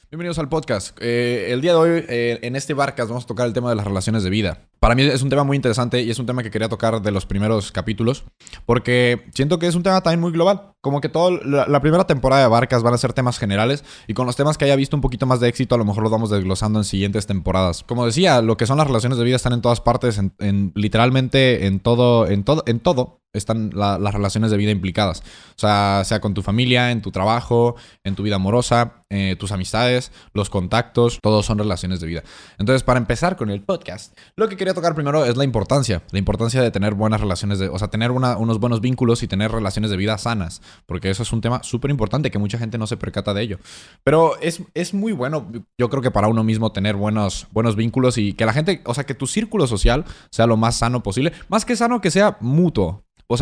Bienvenidos al podcast. El día de hoy, en este Barcas, vamos a tocar el tema de las relaciones de vida. Para mí es un tema muy interesante y es un tema que quería tocar de los primeros capítulos, porque siento que es un tema también muy global. Como que toda la primera temporada de Barcas van a ser temas generales y con los temas que haya visto un poquito más de éxito, a lo mejor los vamos desglosando en siguientes temporadas. Como decía, lo que son las relaciones de vida están en todas partes, literalmente en todo están las relaciones de vida implicadas. O sea con tu familia, en tu trabajo, en tu vida amorosa, tus amistades, los contactos, todos son relaciones de vida. Entonces, para empezar con el podcast, lo que quería tocar primero es la importancia de tener buenas relaciones, o sea, tener unos buenos vínculos y tener relaciones de vida sanas, porque eso es un tema súper importante que mucha gente no se percata de ello. Pero es muy bueno, yo creo que para uno mismo tener buenos vínculos y que la gente, o sea, que tu círculo social sea lo más sano posible, más que sano, que sea mutuo.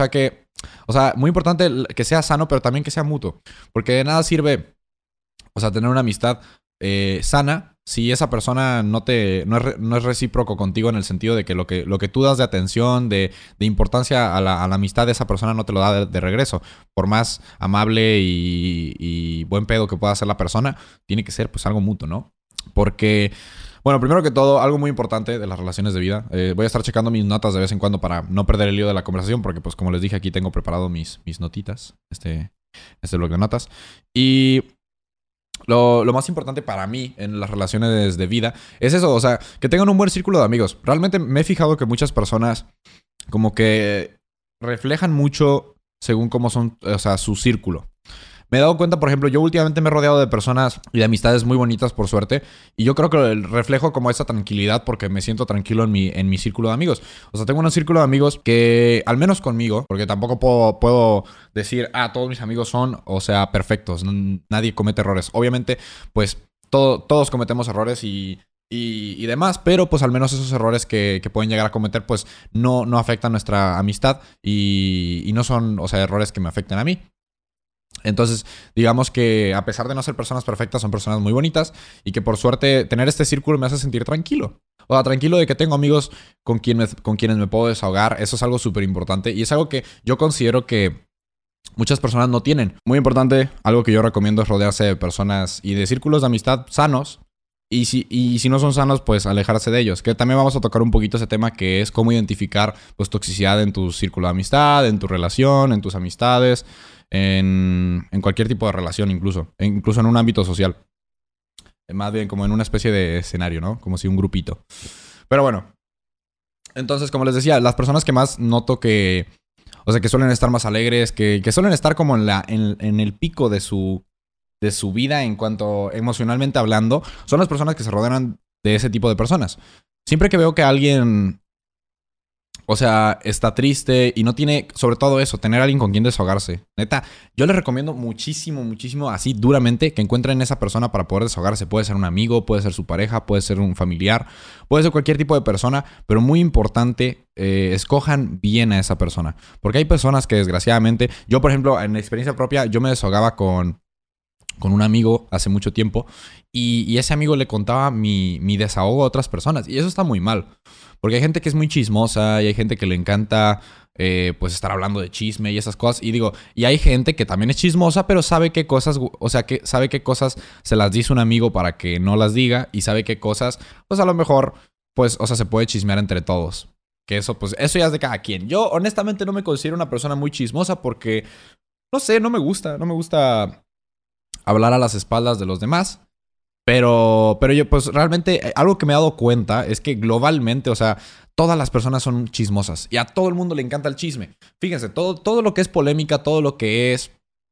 Muy importante que sea sano, pero también que sea mutuo. Porque de nada sirve, o sea, tener una amistad sana si esa persona no es recíproco contigo en el sentido de que lo que tú das de atención, de importancia a la amistad de esa persona no te lo da de regreso. Por más amable y buen pedo que pueda ser la persona, tiene que ser pues algo mutuo, ¿no? Porque, bueno, primero que todo, algo muy importante de las relaciones de vida. Voy a estar checando mis notas de vez en cuando para no perder el hilo de la conversación, porque pues como les dije, aquí tengo preparado mis notitas, este bloque de notas. Y lo más importante para mí en las relaciones de vida es eso, o sea, que tengan un buen círculo de amigos. Realmente me he fijado que muchas personas como que reflejan mucho según cómo son, o sea, su círculo. Me he dado cuenta, por ejemplo, yo últimamente me he rodeado de personas y de amistades muy bonitas, por suerte. Y yo creo que reflejo como esa tranquilidad porque me siento tranquilo en mi círculo de amigos. O sea, tengo un círculo de amigos que, al menos conmigo, porque tampoco puedo decir, todos mis amigos son, o sea, perfectos. Nadie comete errores. Obviamente, pues todos cometemos errores y demás, pero pues al menos esos errores que pueden llegar a cometer, pues no afectan nuestra amistad y no son, o sea, errores que me afecten a mí. Entonces, digamos que a pesar de no ser personas perfectas, son personas muy bonitas y que por suerte tener este círculo me hace sentir tranquilo. O sea, tranquilo de que tengo amigos con quienes me puedo desahogar. Eso es algo súper importante y es algo que yo considero que muchas personas no tienen. Muy importante, algo que yo recomiendo es rodearse de personas y de círculos de amistad sanos. Y si no son sanos, pues alejarse de ellos. Que también vamos a tocar un poquito ese tema que es cómo identificar pues toxicidad en tu círculo de amistad, en tu relación, en tus amistades, en cualquier tipo de relación incluso. Incluso en un ámbito social. Más bien como en una especie de escenario, ¿no? Como si un grupito. Pero bueno. Entonces, como les decía, las personas que más noto que... O sea, que suelen estar más alegres, que suelen estar como en el pico de su vida en cuanto emocionalmente hablando, son las personas que se rodean de ese tipo de personas. Siempre que veo que alguien, o sea, está triste y no tiene, sobre todo eso, tener a alguien con quien desahogarse. Neta, yo les recomiendo muchísimo, así duramente, que encuentren esa persona para poder desahogarse. Puede ser un amigo, puede ser su pareja, puede ser un familiar, puede ser cualquier tipo de persona, pero muy importante, escojan bien a esa persona. Porque hay personas que desgraciadamente, yo por ejemplo, en experiencia propia, yo me desahogaba con un amigo hace mucho tiempo y ese amigo le contaba mi desahogo a otras personas y eso está muy mal porque hay gente que es muy chismosa y hay gente que le encanta pues estar hablando de chisme y esas cosas y hay gente que también es chismosa pero sabe qué cosas, o sea, que sabe qué cosas se las dice un amigo para que no las diga y sabe qué cosas pues a lo mejor pues, o sea, se puede chismear entre todos. Que eso, pues, eso ya es de cada quien. Yo, honestamente, no me considero una persona muy chismosa porque, no sé, no me gusta hablar a las espaldas de los demás. Pero yo, pues realmente, algo que me he dado cuenta es que globalmente, o sea, todas las personas son chismosas y a todo el mundo le encanta el chisme. Fíjense, todo lo que es polémica, todo lo que es,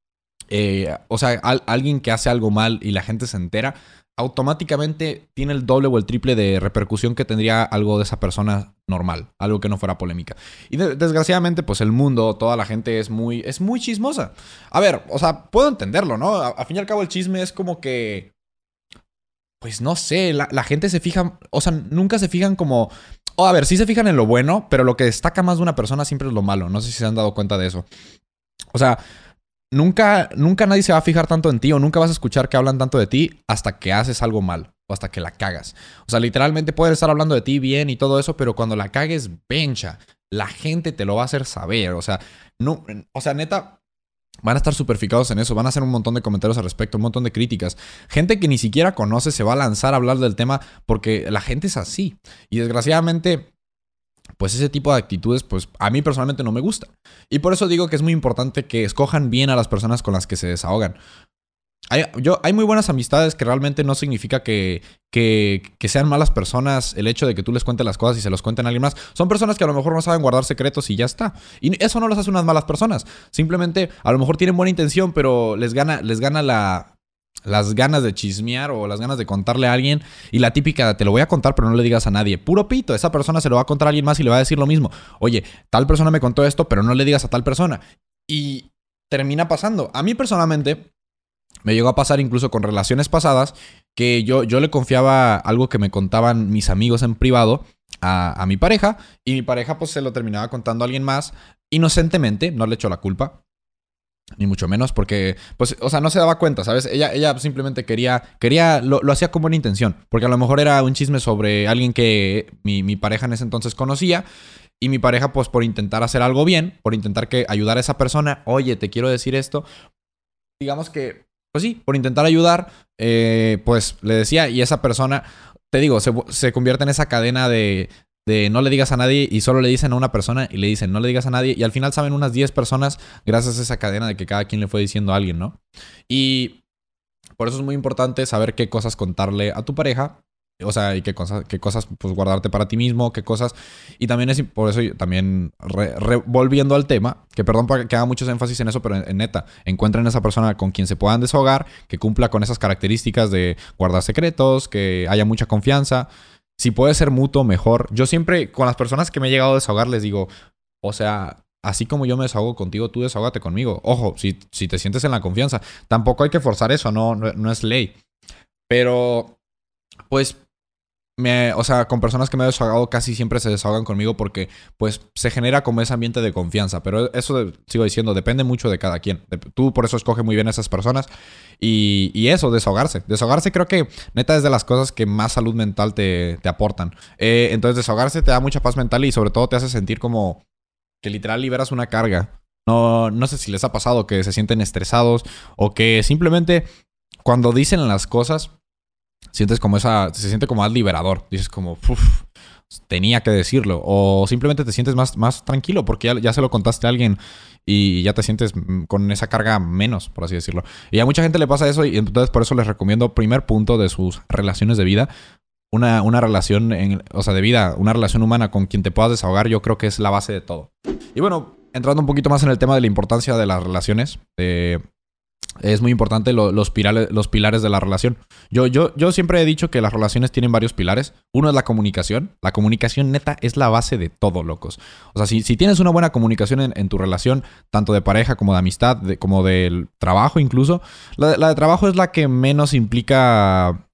o sea, alguien que hace algo mal y la gente se entera, automáticamente tiene el doble o el triple de repercusión que tendría algo de esa persona normal, algo que no fuera polémica. Y desgraciadamente, pues el mundo, toda la gente es muy chismosa. A ver, o sea, puedo entenderlo, ¿no? A fin y al cabo el chisme es como que, pues no sé, la gente se fija, o sea, nunca se fijan como... a ver, sí se fijan en lo bueno, pero lo que destaca más de una persona siempre es lo malo. No sé si se han dado cuenta de eso. O sea, nunca nadie se va a fijar tanto en ti o nunca vas a escuchar que hablan tanto de ti hasta que haces algo mal o hasta que la cagas. O sea, literalmente pueden estar hablando de ti bien y todo eso, pero cuando la cagues, vencha. La gente te lo va a hacer saber. O sea, no, o sea, neta, van a estar súper fijados en eso, van a hacer un montón de comentarios al respecto, un montón de críticas. Gente que ni siquiera conoce se va a lanzar a hablar del tema porque la gente es así. Y desgraciadamente, pues ese tipo de actitudes, pues a mí personalmente no me gusta. Y por eso digo que es muy importante que escojan bien a las personas con las que se desahogan. Hay muy buenas amistades que realmente no significa que sean malas personas el hecho de que tú les cuentes las cosas y se los cuenten a alguien más. Son personas que a lo mejor no saben guardar secretos y ya está. Y eso no los hace unas malas personas. Simplemente a lo mejor tienen buena intención, pero les gana las ganas de chismear o las ganas de contarle a alguien. Y la típica, te lo voy a contar, pero no le digas a nadie. Puro pito, esa persona se lo va a contar a alguien más y le va a decir lo mismo. Oye, tal persona me contó esto, pero no le digas a tal persona. Y termina pasando. A mí personalmente me llegó a pasar incluso con relaciones pasadas que yo le confiaba algo que me contaban mis amigos en privado a mi pareja, y mi pareja pues se lo terminaba contando a alguien más inocentemente, no le echó la culpa. Ni mucho menos, porque, pues, o sea, no se daba cuenta, ¿sabes? Ella simplemente lo hacía con buena intención. Porque a lo mejor era un chisme sobre alguien que mi pareja en ese entonces conocía. Y mi pareja, pues, por intentar hacer algo bien, por intentar ayudar a esa persona, oye, te quiero decir esto. Digamos que, pues sí, por intentar ayudar, pues le decía, y esa persona, te digo, se convierte en esa cadena de no le digas a nadie, y solo le dicen a una persona y le dicen no le digas a nadie, y al final saben unas 10 personas gracias a esa cadena de que cada quien le fue diciendo a alguien, ¿no? Y por eso es muy importante saber qué cosas contarle a tu pareja, o sea, y qué cosas pues guardarte para ti mismo, qué cosas. Y también es por eso también volviendo al tema, que perdón que haga muchos énfasis en eso, pero en neta, encuentren a esa persona con quien se puedan desahogar, que cumpla con esas características de guardar secretos, que haya mucha confianza. Si puede ser mutuo, mejor. Yo siempre, con las personas que me he llegado a desahogar, les digo, o sea, así como yo me desahogo contigo, tú desahógate conmigo. Ojo, si te sientes en la confianza. Tampoco hay que forzar eso, no es ley. Pero, pues, o sea, con personas que me he desahogado casi siempre se desahogan conmigo porque, pues, se genera como ese ambiente de confianza. Pero eso, sigo diciendo, depende mucho de cada quien. Tú por eso escoge muy bien a esas personas. Y eso, desahogarse. Desahogarse creo que, neta, es de las cosas que más salud mental te aportan. Entonces, desahogarse te da mucha paz mental y sobre todo te hace sentir como que literal liberas una carga. No sé si les ha pasado que se sienten estresados o que simplemente cuando dicen las cosas sientes como se siente como más liberador. Dices como, uff, tenía que decirlo. O simplemente te sientes más tranquilo porque ya se lo contaste a alguien y ya te sientes con esa carga menos, por así decirlo. Y a mucha gente le pasa eso y entonces por eso les recomiendo, primer punto de sus relaciones de vida, una relación, o sea, de vida, una relación humana con quien te puedas desahogar, yo creo que es la base de todo. Y bueno, entrando un poquito más en el tema de la importancia de las relaciones, es muy importante los pilares de la relación. Yo siempre he dicho que las relaciones tienen varios pilares. Uno es la comunicación. La comunicación neta es la base de todo, locos. O sea, si tienes una buena comunicación en tu relación, tanto de pareja como de amistad, como del trabajo incluso, la de trabajo es la que menos implica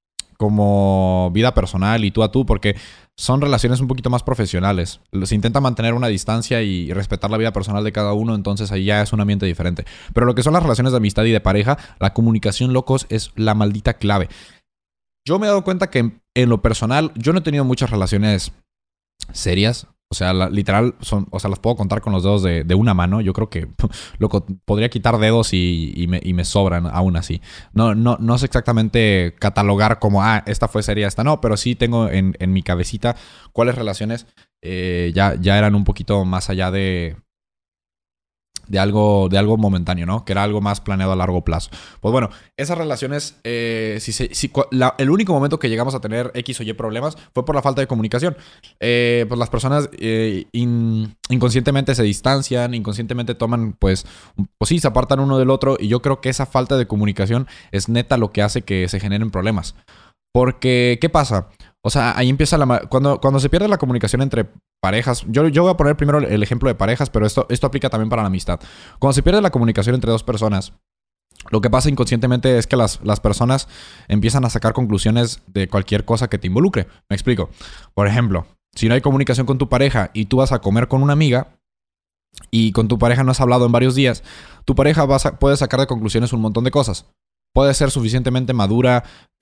como vida personal y tú a tú, porque son relaciones un poquito más profesionales. Se intenta mantener una distancia y respetar la vida personal de cada uno, entonces ahí ya es un ambiente diferente. Pero lo que son las relaciones de amistad y de pareja, la comunicación, locos, es la maldita clave. Yo me he dado cuenta que en lo personal, yo no he tenido muchas relaciones serias. O sea, literal, o sea, las puedo contar con los dedos de una mano. Yo creo que loco, podría quitar dedos y me sobran aún así. No sé exactamente catalogar como, esta fue seria, esta no, pero sí tengo en mi cabecita cuáles relaciones ya eran un poquito más allá de algo momentáneo, ¿no? Que era algo más planeado a largo plazo. Pues bueno, esas relaciones, el único momento que llegamos a tener X o Y problemas fue por la falta de comunicación. Pues las personas inconscientemente se distancian, inconscientemente toman, pues sí, se apartan uno del otro, y yo creo que esa falta de comunicación es neta lo que hace que se generen problemas. Porque, ¿qué pasa? O sea, ahí empieza cuando se pierde la comunicación entre parejas. Yo voy a poner primero el ejemplo de parejas, pero esto aplica también para la amistad. Cuando se pierde la comunicación entre dos personas, lo que pasa inconscientemente es que las personas empiezan a sacar conclusiones de cualquier cosa que te involucre. Me explico. Por ejemplo, si no hay comunicación con tu pareja y tú vas a comer con una amiga y con tu pareja no has hablado en varios días, tu pareja puede sacar de conclusiones un montón de cosas. puede ser suficientemente madura.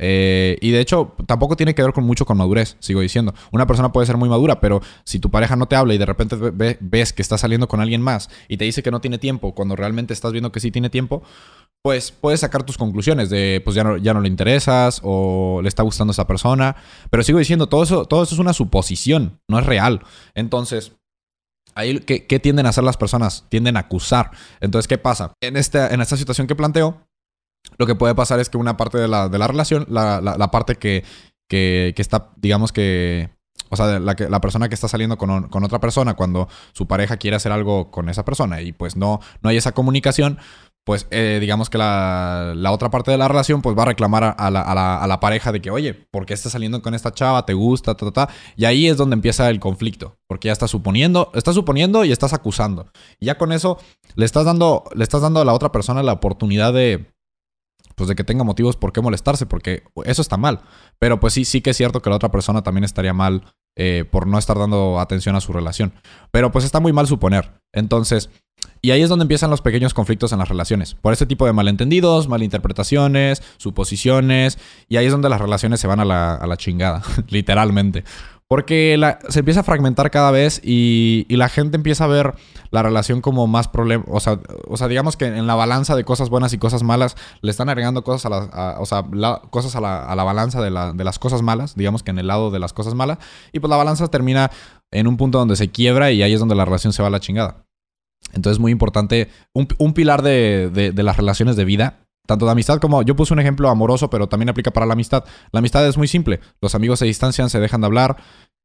Y de hecho, tampoco tiene que ver mucho con madurez, sigo diciendo. Una persona puede ser muy madura, pero si tu pareja no te habla y de repente ves que está saliendo con alguien más y te dice que no tiene tiempo, cuando realmente estás viendo que sí tiene tiempo, pues puedes sacar tus conclusiones de, pues ya no le interesas o le está gustando a esa persona. Pero sigo diciendo, todo eso es una suposición, no es real. Entonces, ahí, ¿qué tienden a hacer las personas? Tienden a acusar. Entonces, ¿qué pasa? En esta situación que planteo, lo que puede pasar es que una parte de la relación, la parte que está, digamos que... O sea, la persona que está saliendo con otra persona, cuando su pareja quiere hacer algo con esa persona y pues no hay esa comunicación, pues digamos que la otra parte de la relación pues va a reclamar a la pareja de que, oye, ¿por qué estás saliendo con esta chava? ¿Te gusta? Y ahí es donde empieza el conflicto, porque ya estás suponiendo y estás acusando. Y ya con eso le estás dando a la otra persona la oportunidad de que tenga motivos por qué molestarse, porque eso está mal. Pero pues sí que es cierto que la otra persona también estaría mal por no estar dando atención a su relación. Pero pues está muy mal suponer. Entonces, y ahí es donde empiezan los pequeños conflictos en las relaciones. Por ese tipo de malentendidos, malinterpretaciones, suposiciones. Y ahí es donde las relaciones se van a la chingada, literalmente. Porque se empieza a fragmentar cada vez y la gente empieza a ver la relación como más problema. O sea, digamos que en la balanza de cosas buenas y cosas malas le están agregando cosas cosas a la balanza de las cosas malas. Digamos que en el lado de las cosas malas. Y pues la balanza termina en un punto donde se quiebra y ahí es donde la relación se va a la chingada. Entonces es muy importante. Un pilar de las relaciones de vida, tanto de amistad como... Yo puse un ejemplo amoroso, pero también aplica para la amistad. La amistad es muy simple. Los amigos se distancian, se dejan de hablar.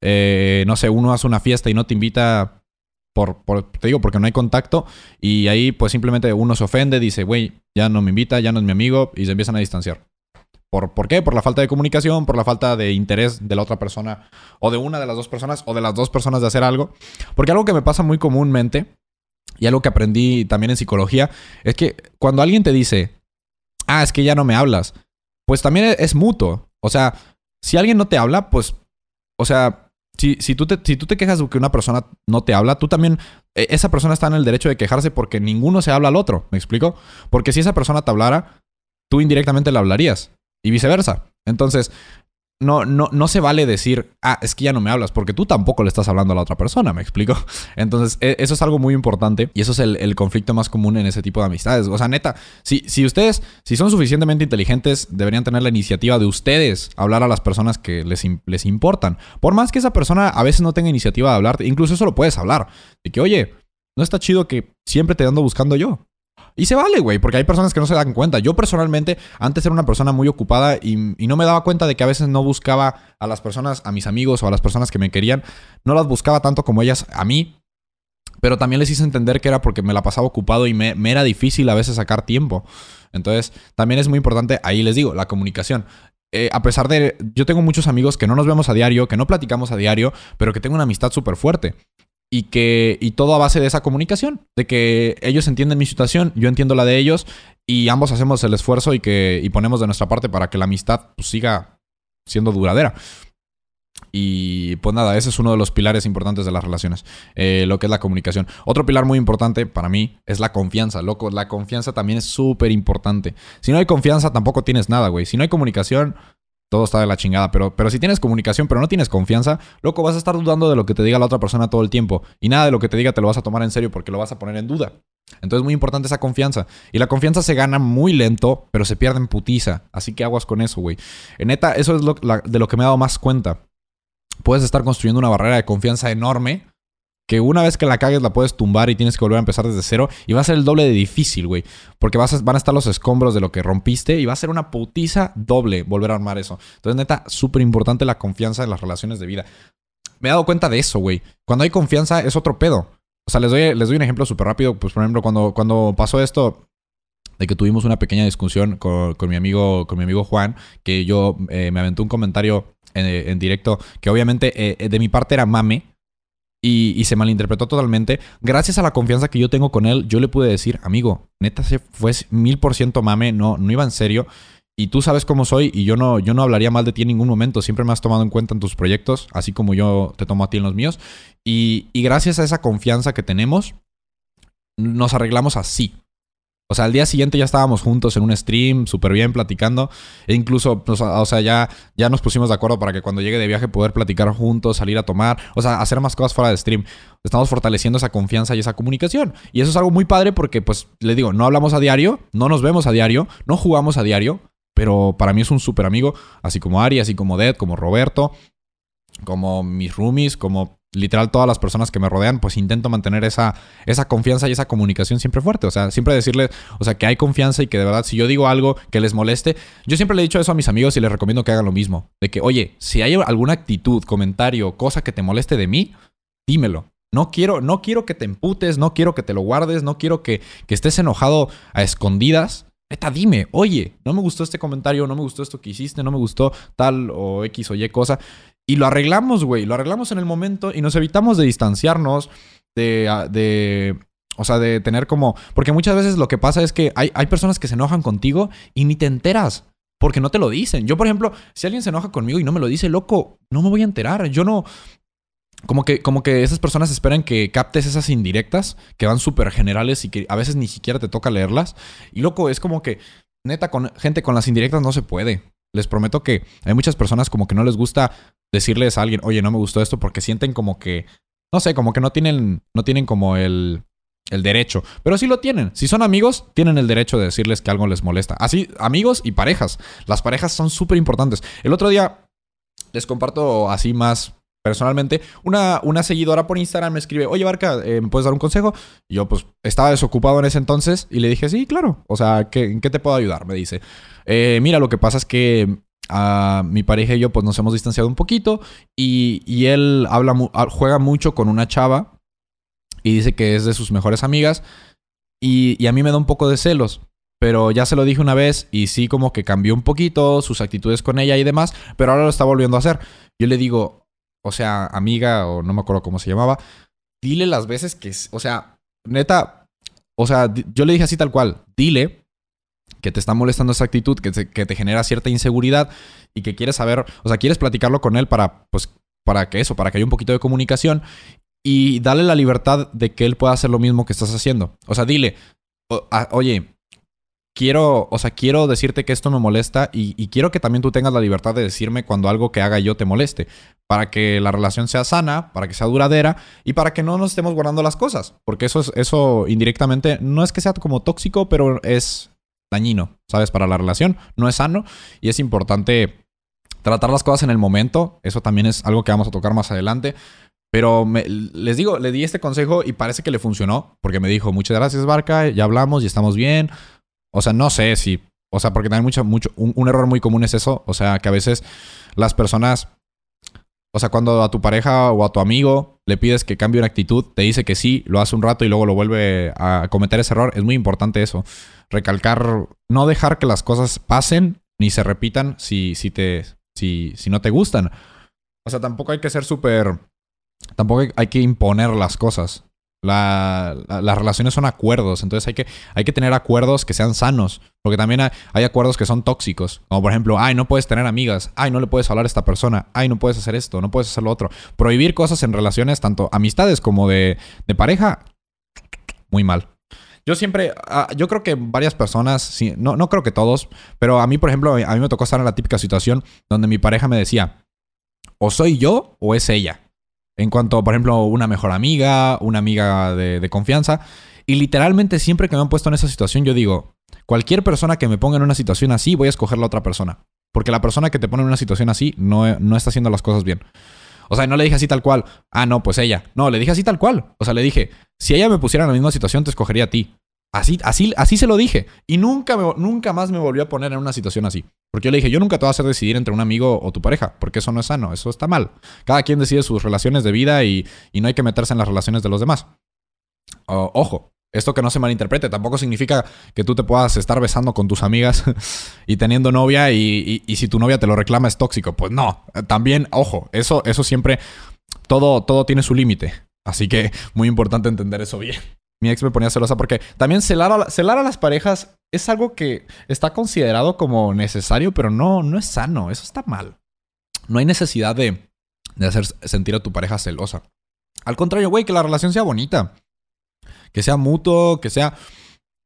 No sé, uno hace una fiesta y no te invita te digo, porque no hay contacto. Y ahí pues simplemente uno se ofende, dice, güey, ya no me invita, ya no es mi amigo. Y se empiezan a distanciar. ¿Por qué? Por la falta de comunicación, por la falta de interés de la otra persona. O de una de las dos personas, o de las dos personas de hacer algo. Porque algo que me pasa muy comúnmente, y algo que aprendí también en psicología, es que cuando alguien te dice... es que ya no me hablas, pues también es mutuo. O sea, si alguien no te habla, pues, o sea, si tú te quejas de que una persona no te habla, tú también, esa persona está en el derecho de quejarse porque ninguno se habla al otro, ¿me explico? Porque si esa persona te hablara, tú indirectamente le hablarías y viceversa. Entonces, no se vale decir, es que ya no me hablas, porque tú tampoco le estás hablando a la otra persona, ¿me explico? Entonces, eso es algo muy importante y eso es el conflicto más común en ese tipo de amistades. O sea, neta, si ustedes, si son suficientemente inteligentes, deberían tener la iniciativa de ustedes hablar a las personas que les importan. Por más que esa persona a veces no tenga iniciativa de hablarte, incluso eso lo puedes hablar. De que, oye, no está chido que siempre te ando buscando yo. Y se vale, güey, porque hay personas que no se dan cuenta. Yo personalmente, antes era una persona muy ocupada y no me daba cuenta de que a veces no buscaba a las personas, a mis amigos o a las personas que me querían. No las buscaba tanto como ellas a mí. Pero también les hice entender que era porque me la pasaba ocupado y me era difícil a veces sacar tiempo. Entonces, también es muy importante, ahí les digo, la comunicación. A pesar de... Yo tengo muchos amigos que no nos vemos a diario, que no platicamos a diario, pero que tengo una amistad súper fuerte. Y todo a base de esa comunicación, de que ellos entienden mi situación, yo entiendo la de ellos y ambos hacemos el esfuerzo y ponemos de nuestra parte para que la amistad pues, siga siendo duradera. Y pues nada, ese es uno de los pilares importantes de las relaciones, lo que es la comunicación. Otro pilar muy importante para mí es la confianza, loco. La confianza también es súper importante. Si no hay confianza, tampoco tienes nada, güey. Si no hay comunicación... Todo está de la chingada, pero si tienes comunicación pero no tienes confianza, loco, vas a estar dudando de lo que te diga la otra persona todo el tiempo. Y nada de lo que te diga te lo vas a tomar en serio porque lo vas a poner en duda. Entonces es muy importante esa confianza. Y la confianza se gana muy lento, pero se pierde en putiza. Así que aguas con eso, güey. Neta, eso es de lo que me he dado más cuenta. Puedes estar construyendo una barrera de confianza enorme que una vez que la cagues la puedes tumbar y tienes que volver a empezar desde cero. Y va a ser el doble de difícil, güey. Porque van a estar los escombros de lo que rompiste y va a ser una putiza doble volver a armar eso. Entonces, neta, súper importante la confianza en las relaciones de vida. Me he dado cuenta de eso, güey. Cuando hay confianza es otro pedo. O sea, les doy un ejemplo súper rápido. Pues, por ejemplo, cuando pasó esto de que tuvimos una pequeña discusión con mi amigo Juan, que yo me aventé un comentario en directo que obviamente de mi parte era mame. Y se malinterpretó totalmente. Gracias a la confianza que yo tengo con él, yo le pude decir, amigo, neta, fue 1000% mame, no iba en serio. Y tú sabes cómo soy y yo no hablaría mal de ti en ningún momento. Siempre me has tomado en cuenta en tus proyectos, así como yo te tomo a ti en los míos. Y gracias a esa confianza que tenemos, nos arreglamos así. O sea, al día siguiente ya estábamos juntos en un stream, súper bien, platicando. E incluso, o sea, ya nos pusimos de acuerdo para que cuando llegue de viaje poder platicar juntos, salir a tomar. O sea, hacer más cosas fuera de stream. Estamos fortaleciendo esa confianza y esa comunicación. Y eso es algo muy padre porque, pues, les digo, no hablamos a diario, no nos vemos a diario, no jugamos a diario. Pero para mí es un súper amigo, así como Ari, así como Dead, como Roberto, como mis roomies, como literal todas las personas que me rodean, pues intento mantener esa confianza y esa comunicación siempre fuerte. O sea, siempre decirles, o sea, que hay confianza y que de verdad si yo digo algo que les moleste, yo siempre le he dicho eso a mis amigos y les recomiendo que hagan lo mismo. De que, oye, si hay alguna actitud, comentario, cosa que te moleste de mí, dímelo. No quiero que te emputes, no quiero que te lo guardes, no quiero que estés enojado a escondidas. Neta, dime, oye, no me gustó este comentario, no me gustó esto que hiciste, no me gustó tal o X o Y cosa. Y lo arreglamos, güey. Lo arreglamos en el momento y nos evitamos de distanciarnos, o sea, de tener como... Porque muchas veces lo que pasa es que hay personas que se enojan contigo y ni te enteras. Porque no te lo dicen. Yo, por ejemplo, si alguien se enoja conmigo y no me lo dice, loco, no me voy a enterar. Yo no... Como que esas personas esperan que captes esas indirectas que van súper generales y que a veces ni siquiera te toca leerlas. Y loco, es como que, neta, con gente con las indirectas no se puede. Les prometo que hay muchas personas como que no les gusta decirles a alguien, oye, no me gustó esto, porque sienten como que, no sé, como que no tienen como el derecho. Pero sí lo tienen. Si son amigos, tienen el derecho de decirles que algo les molesta. Así, amigos y parejas. Las parejas son súper importantes. El otro día les comparto así más personalmente. Una seguidora por Instagram me escribe, oye, Barca, ¿me puedes dar un consejo? Y yo, pues, estaba desocupado en ese entonces y le dije, sí, claro. O sea, ¿en qué te puedo ayudar? Me dice, mira, lo que pasa es que mi pareja y yo, pues, nos hemos distanciado un poquito y él juega mucho con una chava y dice que es de sus mejores amigas y a mí me da un poco de celos. Pero ya se lo dije una vez y sí como que cambió un poquito sus actitudes con ella y demás, pero ahora lo está volviendo a hacer. Yo le digo, o sea, amiga, o no me acuerdo cómo se llamaba, dile las veces que... O sea, neta, o sea, yo le dije así tal cual, dile que te está molestando esa actitud, que te genera cierta inseguridad y que quieres saber, o sea, quieres platicarlo con él para que haya un poquito de comunicación y dale la libertad de que él pueda hacer lo mismo que estás haciendo. O sea, dile, oye... Quiero decirte que esto me molesta y quiero que también tú tengas la libertad de decirme cuando algo que haga yo te moleste. Para que la relación sea sana, para que sea duradera y para que no nos estemos guardando las cosas. Porque eso indirectamente no es que sea como tóxico, pero es dañino, ¿sabes? Para la relación. No es sano y es importante tratar las cosas en el momento. Eso también es algo que vamos a tocar más adelante. Pero les digo, le di este consejo y parece que le funcionó. Porque me dijo, muchas gracias, Barca, ya hablamos y estamos bien. O sea, no sé si... O sea, porque también un error muy común es eso. O sea, que a veces las personas... O sea, cuando a tu pareja o a tu amigo le pides que cambie una actitud, te dice que sí, lo hace un rato y luego lo vuelve a cometer ese error. Es muy importante eso. Recalcar... No dejar que las cosas pasen ni se repitan si no te gustan. O sea, tampoco hay que ser súper... Tampoco hay que imponer las cosas. Las relaciones son acuerdos, entonces hay que tener acuerdos que sean sanos, porque también hay acuerdos que son tóxicos, como por ejemplo, ay, no puedes tener amigas, ay, no le puedes hablar a esta persona, ay, no puedes hacer esto, no puedes hacer lo otro. Prohibir cosas en relaciones, tanto amistades como de pareja, muy mal. Yo creo que varias personas, sí, no creo que todos, pero a mí, por ejemplo, a mí me tocó estar en la típica situación donde mi pareja me decía, o soy yo o es ella. En cuanto, por ejemplo, una mejor amiga, una amiga de confianza. Y literalmente siempre que me han puesto en esa situación, yo digo, cualquier persona que me ponga en una situación así, voy a escoger la otra persona. Porque la persona que te pone en una situación así no está haciendo las cosas bien. O sea, no le dije así tal cual. Ah, no, pues ella. No, le dije así tal cual. O sea, le dije, si ella me pusiera en la misma situación, te escogería a ti. Así se lo dije. Y nunca más me volvió a poner en una situación así. Porque yo le dije, yo nunca te voy a hacer decidir entre un amigo o tu pareja. Porque eso no es sano, eso está mal. Cada quien decide sus relaciones de vida y no hay que meterse en las relaciones de los demás. Ojo, esto que no se malinterprete. Tampoco significa que tú te puedas estar besando con tus amigas y teniendo novia y si tu novia te lo reclama es tóxico. Pues no, también, ojo, eso siempre, todo tiene su límite. Así que muy importante entender eso bien. Mi ex me ponía celosa porque también celar a las parejas es algo que está considerado como necesario, pero no es sano. Eso está mal. No hay necesidad de hacer sentir a tu pareja celosa. Al contrario, güey, que la relación sea bonita. Que sea mutuo, que sea...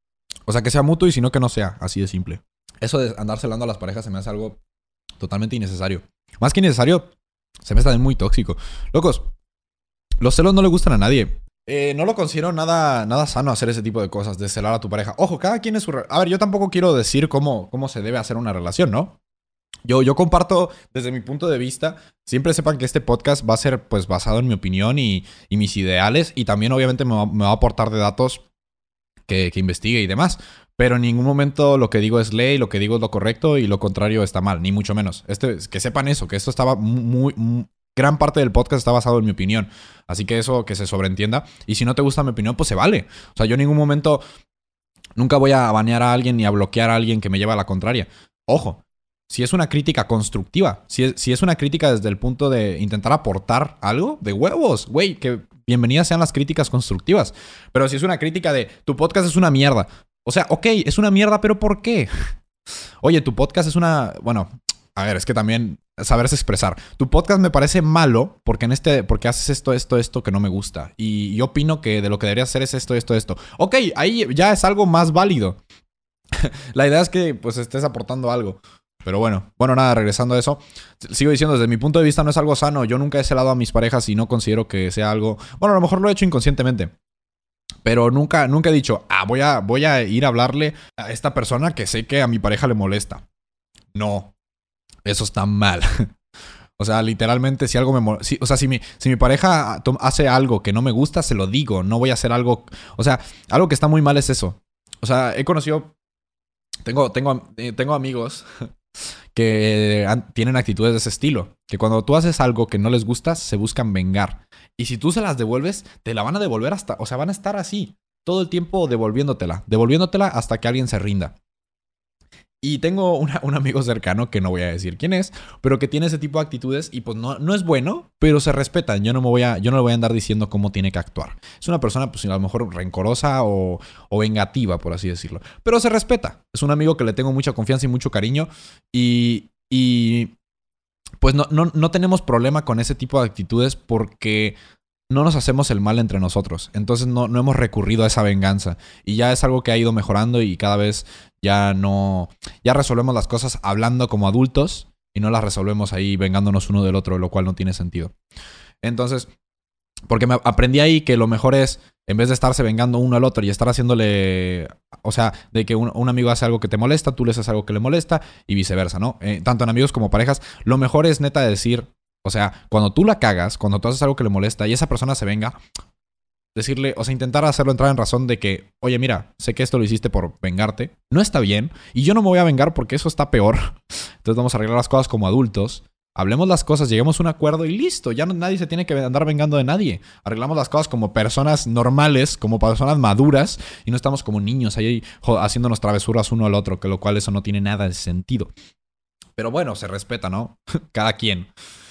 O sea, que sea mutuo y si no, que no sea. Así de simple. Eso de andar celando a las parejas se me hace algo totalmente innecesario. Más que innecesario, se me está muy tóxico. Locos, los celos no le gustan a nadie. No lo considero nada sano hacer ese tipo de cosas, de celar a tu pareja. Ojo, cada quien es su... A ver, yo tampoco quiero decir cómo se debe hacer una relación, ¿no? Yo comparto desde mi punto de vista. Siempre sepan que este podcast va a ser pues basado en mi opinión y mis ideales. Y también obviamente me va a aportar de datos que investigue y demás. Pero en ningún momento lo que digo es ley, lo que digo es lo correcto y lo contrario está mal, ni mucho menos. Que sepan eso, que esto estaba gran parte del podcast está basado en mi opinión. Así que eso que se sobreentienda. Y si no te gusta mi opinión, pues se vale. O sea, yo en ningún momento nunca voy a banear a alguien ni a bloquear a alguien que me lleva a la contraria. Ojo. Si es una crítica constructiva, si es una crítica desde el punto de intentar aportar algo, de huevos, güey, que bienvenidas sean las críticas constructivas. Pero si es una crítica de tu podcast es una mierda. O sea, ok, es una mierda, pero ¿por qué? Oye, tu podcast es una... Bueno, a ver, es que también saberse expresar. Tu podcast me parece malo porque porque haces esto que no me gusta. Y yo opino que de lo que deberías hacer es esto. Ok, ahí ya es algo más válido. La idea es que pues estés aportando algo. Pero bueno, nada, regresando a eso. Sigo diciendo, desde mi punto de vista no es algo sano. Yo nunca he celado a mis parejas y no considero que sea algo... Bueno, a lo mejor lo he hecho inconscientemente. Pero nunca he dicho, voy a ir a hablarle a esta persona que sé que a mi pareja le molesta. No, eso está mal. O sea, literalmente si algo me molesta... O sea, si mi pareja hace algo que no me gusta, se lo digo. No voy a hacer algo... O sea, algo que está muy mal es eso. O sea, he conocido... Tengo amigos... que tienen actitudes de ese estilo. Que cuando tú haces algo que no les gusta, se buscan vengar. Y si tú se las devuelves, te la van a devolver hasta... O sea, van a estar así. Todo el tiempo devolviéndotela hasta que alguien se rinda. Y tengo un amigo cercano, que no voy a decir quién es, pero que tiene ese tipo de actitudes y pues no es bueno, pero se respetan. Yo no le voy a andar diciendo cómo tiene que actuar. Es una persona pues a lo mejor rencorosa o vengativa, por así decirlo. Pero se respeta. Es un amigo que le tengo mucha confianza y mucho cariño y pues no tenemos problema con ese tipo de actitudes porque no nos hacemos el mal entre nosotros. Entonces no hemos recurrido a esa venganza. Y ya es algo que ha ido mejorando y cada vez ya resolvemos las cosas hablando como adultos y no las resolvemos ahí vengándonos uno del otro, lo cual no tiene sentido. Entonces, porque me aprendí ahí que lo mejor es, en vez de estarse vengando uno al otro y estar haciéndole... O sea, de que un amigo hace algo que te molesta, tú le haces algo que le molesta y viceversa, ¿no? Tanto en amigos como parejas, lo mejor es neta decir... O sea, cuando tú la cagas, cuando tú haces algo que le molesta y esa persona se venga, decirle, o sea, intentar hacerlo entrar en razón de que, oye, mira, sé que esto lo hiciste por vengarte, no está bien y yo no me voy a vengar porque eso está peor. Entonces vamos a arreglar las cosas como adultos, hablemos las cosas, lleguemos a un acuerdo y listo, ya nadie se tiene que andar vengando de nadie. Arreglamos las cosas como personas normales, como personas maduras y no estamos como niños ahí haciéndonos travesuras uno al otro, que lo cual eso no tiene nada de sentido. Pero bueno, se respeta, ¿no? Cada quien.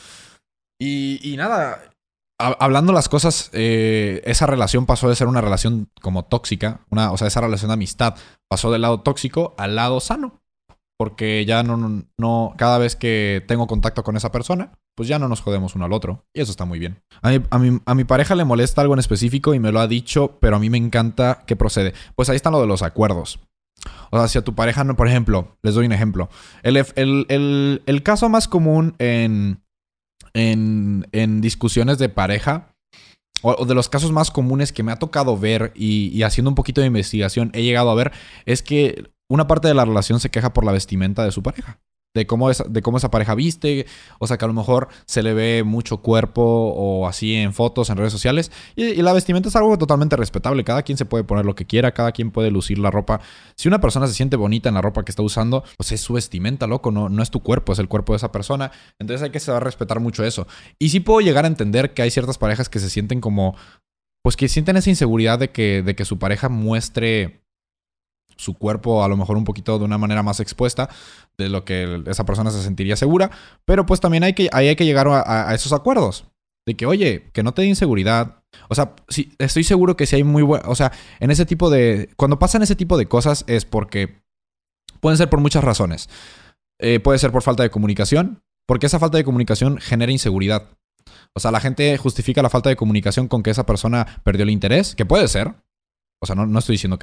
Y nada, hablando las cosas, esa relación pasó de ser una relación como tóxica, o sea, esa relación de amistad pasó del lado tóxico al lado sano. Porque ya no cada vez que tengo contacto con esa persona, pues ya no nos jodemos uno al otro. Y eso está muy bien. A mi pareja le molesta algo en específico y me lo ha dicho, pero a mí me encanta que procede. Pues ahí está lo de los acuerdos. O sea, si a tu pareja no, por ejemplo, les doy un ejemplo. El caso más común en discusiones de pareja, o de los casos más comunes que me ha tocado ver y haciendo un poquito de investigación he llegado a ver, es que una parte de la relación se queja por la vestimenta de su pareja. De cómo esa pareja viste. O sea, que a lo mejor se le ve mucho cuerpo o así en fotos, en redes sociales. Y la vestimenta es algo totalmente respetable. Cada quien se puede poner lo que quiera. Cada quien puede lucir la ropa. Si una persona se siente bonita en la ropa que está usando, pues es su vestimenta, loco. No es tu cuerpo, es el cuerpo de esa persona. Entonces hay que saber respetar mucho eso. Y sí puedo llegar a entender que hay ciertas parejas que se sienten como... Pues que sienten esa inseguridad de que su pareja muestre su cuerpo a lo mejor un poquito de una manera más expuesta de lo que esa persona se sentiría segura, pero pues también hay que llegar a esos acuerdos de que, oye, que no te dé inseguridad. O sea, sí, estoy seguro que si hay muy buen... O sea, en ese tipo de... Cuando pasan ese tipo de cosas es porque pueden ser por muchas razones. Puede ser por falta de comunicación, porque esa falta de comunicación genera inseguridad. O sea, la gente justifica la falta de comunicación con que esa persona perdió el interés, que puede ser. O sea, no estoy diciendo que no,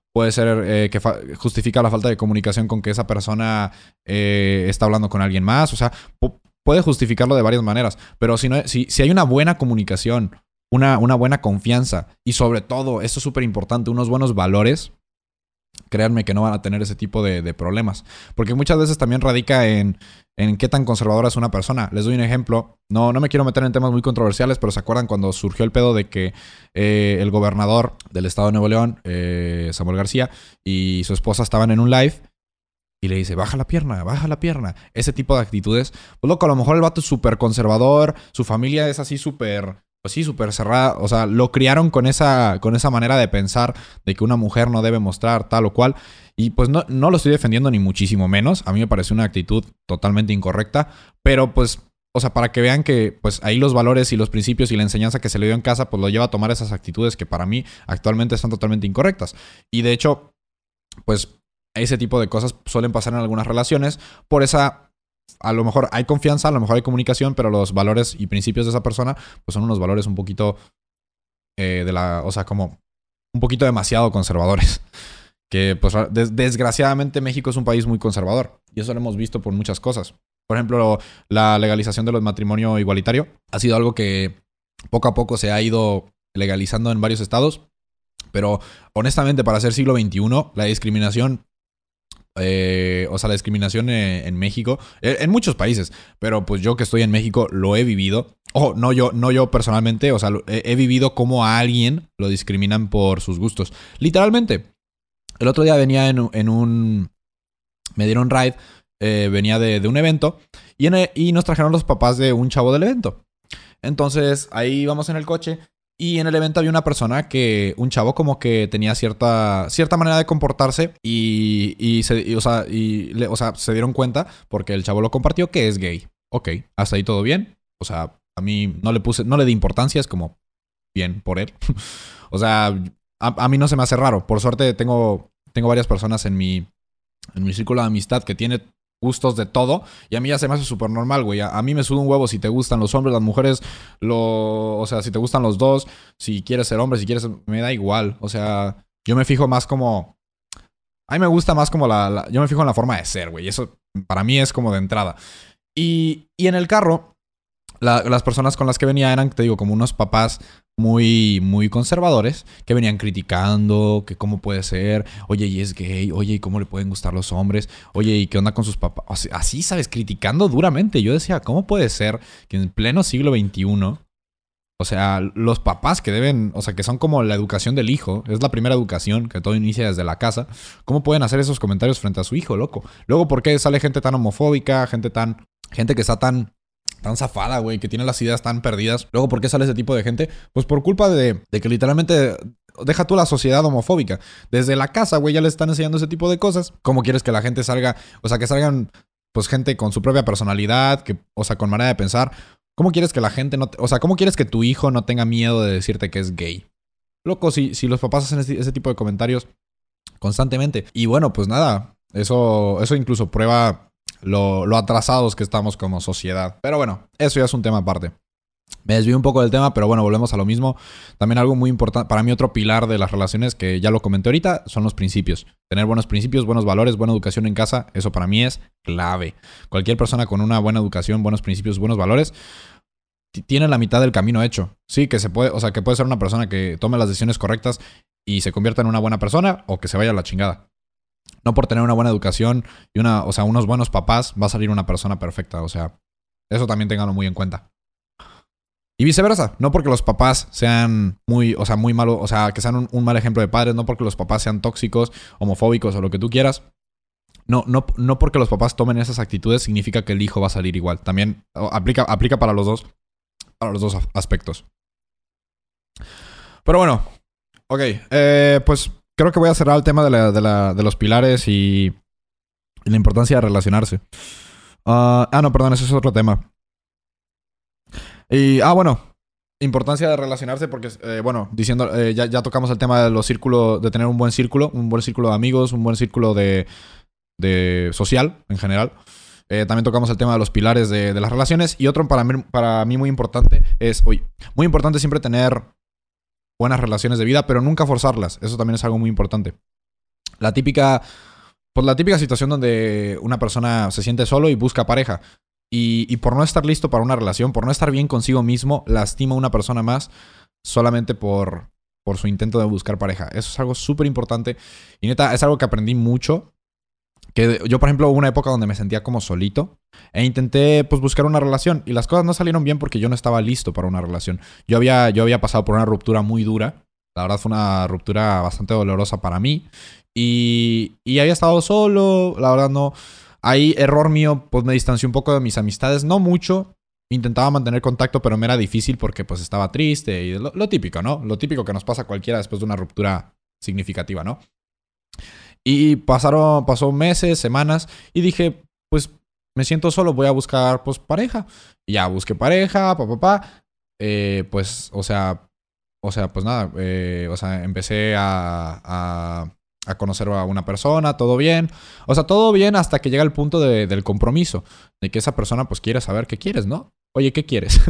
puede ser que justifica la falta de comunicación con que esa persona está hablando con alguien más. O sea, puede justificarlo de varias maneras. Pero si hay una buena comunicación, una buena confianza y sobre todo, esto es súper importante, unos buenos valores, créanme que no van a tener ese tipo de problemas. Porque muchas veces también radica en qué tan conservadora es una persona. Les doy un ejemplo. No me quiero meter en temas muy controversiales, pero ¿se acuerdan cuando surgió el pedo de que el gobernador del estado de Nuevo León, Samuel García, y su esposa estaban en un live y le dice, baja la pierna, baja la pierna? Ese tipo de actitudes. Pues loco, a lo mejor el vato es súper conservador, su familia es así súper... Pues sí, súper cerrada. O sea, lo criaron con esa manera de pensar de que una mujer no debe mostrar tal o cual. Y pues no lo estoy defendiendo ni muchísimo menos. A mí me parece una actitud totalmente incorrecta. Pero pues, o sea, para que vean que pues ahí los valores y los principios y la enseñanza que se le dio en casa, pues lo lleva a tomar esas actitudes que para mí actualmente están totalmente incorrectas. Y de hecho, pues ese tipo de cosas suelen pasar en algunas relaciones por esa... A lo mejor hay confianza, a lo mejor hay comunicación, pero los valores y principios de esa persona pues son unos valores un poquito o sea, como un poquito demasiado conservadores. Que pues desgraciadamente México es un país muy conservador y eso lo hemos visto por muchas cosas. Por ejemplo, la legalización del matrimonio igualitario ha sido algo que poco a poco se ha ido legalizando en varios estados, pero honestamente para ser siglo XXI la discriminación... o sea, la discriminación en México, en muchos países, pero pues yo que estoy en México lo he vivido. Ojo, no yo personalmente, o sea, he vivido cómo a alguien lo discriminan por sus gustos. Literalmente. El otro día venía me dieron ride, venía de un evento y nos trajeron los papás de un chavo del evento. Entonces ahí íbamos en el coche. Y en el evento había una persona un chavo como que tenía cierta manera de comportarse o sea, se dieron cuenta porque el chavo lo compartió que es gay. Ok, hasta ahí todo bien. O sea, a mí no le di importancia, es como bien por él. O sea, a mí no se me hace raro. Por suerte tengo varias personas en mi círculo de amistad que tiene gustos de todo. Y a mí ya se me hace súper normal, güey. A mí me suda un huevo si te gustan los hombres, las mujeres, o sea, si te gustan los dos, si quieres ser hombre, si quieres... Me da igual. O sea, yo me fijo más como... A mí me gusta más como yo me fijo en la forma de ser, güey. Eso para mí es como de entrada. Y en el carro, las personas con las que venía eran, te digo, como unos papás muy, muy conservadores que venían criticando que cómo puede ser, oye, y es gay, oye, y cómo le pueden gustar los hombres, oye, y qué onda con sus papás. O sea, así, ¿sabes? Criticando duramente. Yo decía, ¿cómo puede ser que en pleno siglo XXI, o sea, los papás que deben, o sea, que son como la educación del hijo, es la primera educación, que todo inicia desde la casa, ¿cómo pueden hacer esos comentarios frente a su hijo, loco? Luego, ¿por qué sale gente tan homofóbica, gente que está tan zafada, güey, que tiene las ideas tan perdidas? Luego, ¿por qué sale ese tipo de gente? Pues por culpa de que literalmente... Deja tú la sociedad homofóbica. Desde la casa, güey, ya le están enseñando ese tipo de cosas. ¿Cómo quieres que la gente salga? O sea, que salgan, pues, gente con su propia personalidad, o sea, con manera de pensar. ¿Cómo quieres que la gente no... O sea, ¿cómo quieres que tu hijo no tenga miedo de decirte que es gay? Loco, si los papás hacen ese tipo de comentarios constantemente. Y bueno, pues nada, eso incluso prueba lo atrasados que estamos como sociedad. Pero bueno, eso ya es un tema aparte. Me desvío un poco del tema, pero bueno, volvemos a lo mismo. También algo muy importante, para mí otro pilar de las relaciones, que ya lo comenté ahorita, son los principios. Tener buenos principios, buenos valores, buena educación en casa, eso para mí es clave. Cualquier persona con una buena educación, buenos principios, buenos valores, tiene la mitad del camino hecho. Sí, que se puede, o sea, que puede ser una persona que tome las decisiones correctas y se convierta en una buena persona, o que se vaya a la chingada. No por tener una buena educación y unos buenos papás va a salir una persona perfecta. O sea, eso también ténganlo muy en cuenta. Y viceversa, no porque los papás sean muy malos, o sea, que sean un mal ejemplo de padres, no porque los papás sean tóxicos, homofóbicos o lo que tú quieras. No porque los papás tomen esas actitudes significa que el hijo va a salir igual. También aplica para los dos aspectos. Pero bueno, ok, pues creo que voy a cerrar el tema de los pilares y la importancia de relacionarse. No, perdón, ese es otro tema. Y, bueno, importancia de relacionarse porque, ya tocamos el tema de los círculos, de tener un buen círculo de amigos, un buen círculo de social en general. También tocamos el tema de los pilares de las relaciones. Y otro para mí muy importante es, muy importante siempre tener buenas relaciones de vida, pero nunca forzarlas. Eso también es algo muy importante. La típica, pues la típica situación donde una persona se siente solo y busca pareja. Y por no estar listo para una relación, por no estar bien consigo mismo, lastima a una persona más solamente por su intento de buscar pareja. Eso es algo súper importante. Y neta, es algo que aprendí mucho. Que yo, por ejemplo, hubo una época donde me sentía como solito e intenté pues buscar una relación y las cosas no salieron bien porque yo no estaba listo para una relación. Yo había pasado por una ruptura muy dura. La verdad fue una ruptura bastante dolorosa para mí y había estado solo, la verdad no. Ahí, error mío, pues me distancié un poco de mis amistades, no mucho. Intentaba mantener contacto, pero me era difícil porque pues estaba triste y lo típico, ¿no? Lo típico que nos pasa a cualquiera después de una ruptura significativa, ¿no? Y pasó meses, semanas, y dije, pues me siento solo, voy a buscar pues pareja. Y ya busqué pareja, pues, pues nada, o sea, empecé a conocer a una persona, todo bien. O sea, todo bien hasta que llega el punto del compromiso, de que esa persona pues quiere saber qué quieres, ¿no? Oye, ¿qué quieres?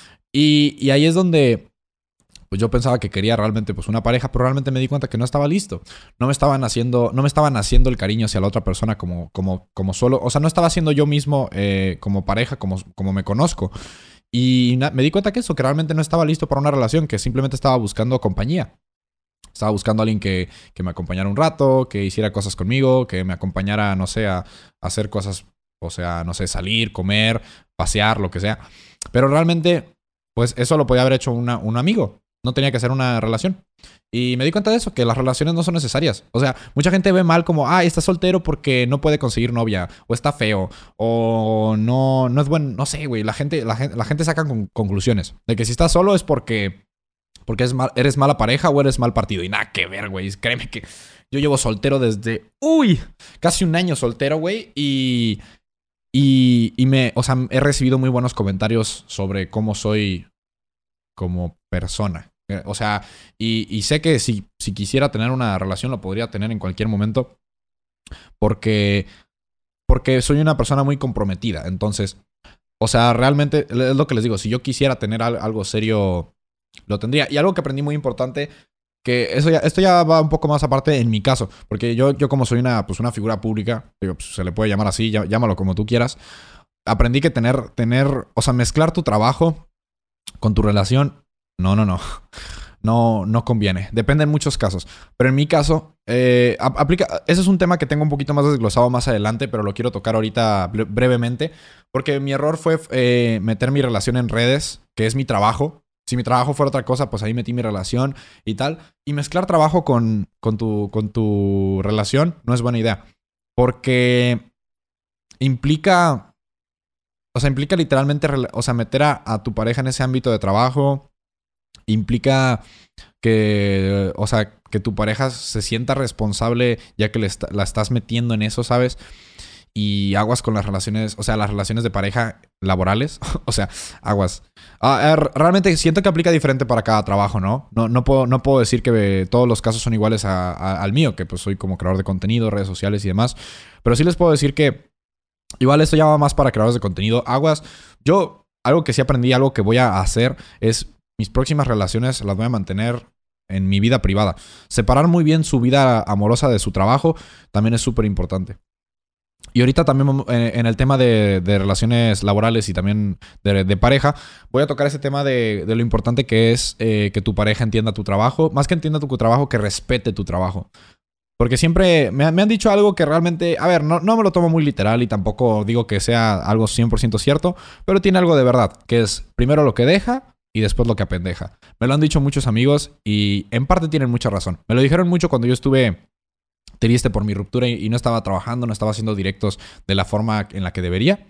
Y ahí es donde pues yo pensaba que quería realmente pues una pareja, pero realmente me di cuenta que no estaba listo. No me estaban haciendo el cariño hacia la otra persona como solo, o sea, no estaba haciendo yo mismo como pareja, como me conozco. Y me di cuenta que realmente no estaba listo para una relación, que simplemente estaba buscando compañía. Estaba buscando a alguien que me acompañara un rato, que hiciera cosas conmigo, que me acompañara, no sé, a hacer cosas, o sea, no sé, salir, comer, pasear, lo que sea. Pero realmente, pues eso lo podía haber hecho un amigo. No tenía que ser una relación. Y me di cuenta de eso, que las relaciones no son necesarias. O sea, mucha gente ve mal como, está soltero porque no puede conseguir novia, o está feo, o no es bueno, no sé, güey. La gente saca conclusiones de que si estás solo es porque eres mala pareja o eres mal partido. Y nada que ver, güey. Créeme que yo llevo soltero desde, casi un año soltero, güey. O sea, he recibido muy buenos comentarios sobre cómo soy como persona. O sea, y sé que si quisiera tener una relación lo podría tener en cualquier momento porque, porque soy una persona muy comprometida. Entonces, o sea, realmente es lo que les digo. Si yo quisiera tener algo serio, lo tendría. Y algo que aprendí muy importante, que esto ya va un poco más aparte en mi caso, porque yo como soy una figura pública, digo, pues, se le puede llamar así, llámalo como tú quieras, aprendí que o sea, mezclar tu trabajo con tu relación, no conviene. Depende en muchos casos. Pero en mi caso, aplica. Ese es un tema que tengo un poquito más desglosado más adelante, pero lo quiero tocar ahorita brevemente. Porque mi error fue meter mi relación en redes, que es mi trabajo. Si mi trabajo fuera otra cosa, pues ahí metí mi relación y tal. Y mezclar trabajo con tu relación no es buena idea. Porque implica. O sea, implica literalmente, o sea, meter a tu pareja en ese ámbito de trabajo. Implica que, o sea, que tu pareja se sienta responsable ya que la estás metiendo en eso, ¿sabes? Y aguas con las relaciones, o sea, las relaciones de pareja laborales, o sea, aguas. Realmente siento que aplica diferente para cada trabajo, ¿no? No puedo decir que todos los casos son iguales al mío, que pues soy como creador de contenido, redes sociales y demás, pero sí les puedo decir que igual esto ya va más para creadores de contenido. Aguas, algo que sí aprendí, algo que voy a hacer es mis próximas relaciones las voy a mantener en mi vida privada. Separar muy bien su vida amorosa de su trabajo también es súper importante. Y ahorita también en el tema de relaciones laborales y también de pareja, voy a tocar ese tema de lo importante que es que tu pareja entienda tu trabajo. Más que entienda tu trabajo, que respete tu trabajo. Porque siempre me han dicho algo que realmente, a ver, no me lo tomo muy literal y tampoco digo que sea algo 100% cierto, pero tiene algo de verdad, que es primero lo que deja y después lo que apendeja. Me lo han dicho muchos amigos y en parte tienen mucha razón. Me lo dijeron mucho cuando yo estuve triste por mi ruptura y no estaba trabajando, no estaba haciendo directos de la forma en la que debería.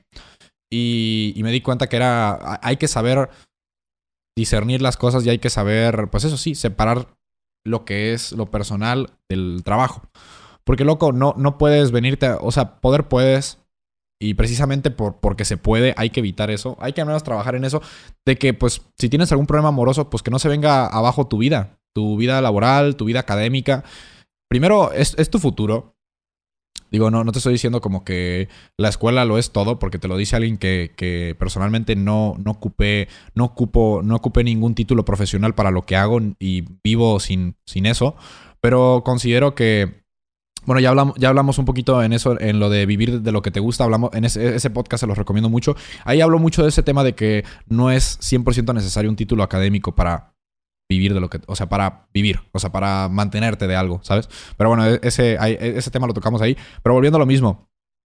Y me di cuenta que hay que saber discernir las cosas y hay que saber, pues eso sí, separar lo que es lo personal del trabajo. Porque, loco, no puedes venirte, o sea, poder puedes, y precisamente porque se puede, hay que evitar eso. Hay que al menos trabajar en eso, de que, pues, si tienes algún problema amoroso, pues que no se venga abajo tu vida laboral, tu vida académica. Primero, es tu futuro. Digo, no te estoy diciendo como que la escuela lo es todo, porque te lo dice alguien que personalmente no ocupé ningún título profesional para lo que hago y vivo sin eso. Pero considero que, Bueno, ya hablamos un poquito en eso, en lo de vivir de lo que te gusta. Hablamos en ese podcast, se los recomiendo mucho. Ahí hablo mucho de ese tema de que no es 100% necesario un título académico para vivir de lo que... O sea, para vivir. O sea, para mantenerte de algo, ¿sabes? Pero bueno, ese tema lo tocamos ahí. Pero volviendo a lo mismo.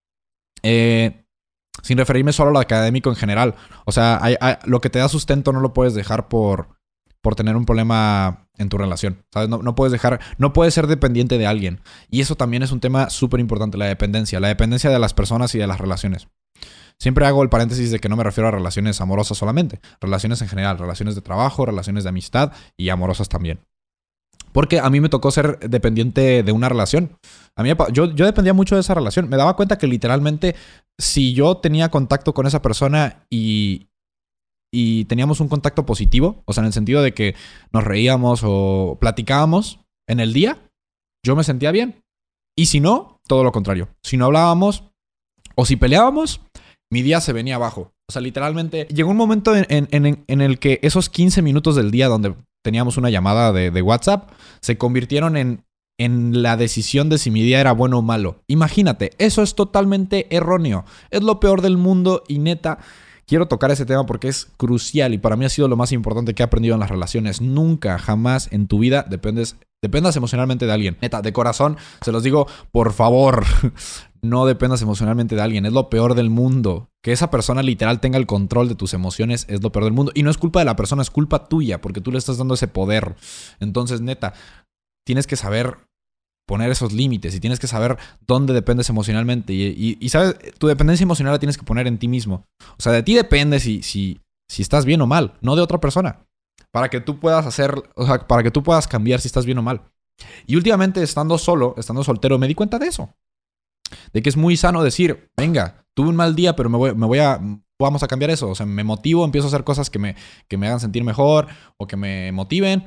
Sin referirme solo a lo académico en general. O sea, lo que te da sustento no lo puedes dejar por tener un problema en tu relación, ¿sabes? No puedes ser dependiente de alguien. Y eso también es un tema súper importante, la dependencia de las personas y de las relaciones. Siempre hago el paréntesis de que no me refiero a relaciones amorosas solamente, relaciones en general, relaciones de trabajo, relaciones de amistad y amorosas también. Porque a mí me tocó ser dependiente de una relación. Yo dependía mucho de esa relación. Me daba cuenta que literalmente si yo tenía contacto con esa persona y teníamos un contacto positivo, o sea, en el sentido de que nos reíamos o platicábamos en el día, yo me sentía bien. Y si no, todo lo contrario. Si no hablábamos o si peleábamos, mi día se venía abajo. O sea, literalmente llegó un momento en el que esos 15 minutos del día donde teníamos una llamada de WhatsApp se convirtieron en la decisión de si mi día era bueno o malo. Imagínate, eso es totalmente erróneo. Es lo peor del mundo y neta... Quiero tocar ese tema porque es crucial y para mí ha sido lo más importante que he aprendido en las relaciones. Nunca, jamás en tu vida dependas emocionalmente de alguien. Neta, de corazón, se los digo, por favor, no dependas emocionalmente de alguien. Es lo peor del mundo. Que esa persona literal tenga el control de tus emociones es lo peor del mundo. Y no es culpa de la persona, es culpa tuya porque tú le estás dando ese poder. Entonces, neta, tienes que saber poner esos límites y tienes que saber dónde dependes emocionalmente y sabes, tu dependencia emocional la tienes que poner en ti mismo. O sea, de ti depende si estás bien o mal, no de otra persona. Para que tú puedas para que tú puedas cambiar si estás bien o mal. Y últimamente estando soltero, me di cuenta de eso. De que es muy sano decir, venga, tuve un mal día, pero vamos a cambiar eso. O sea, me motivo, empiezo a hacer cosas que me hagan sentir mejor o que me motiven.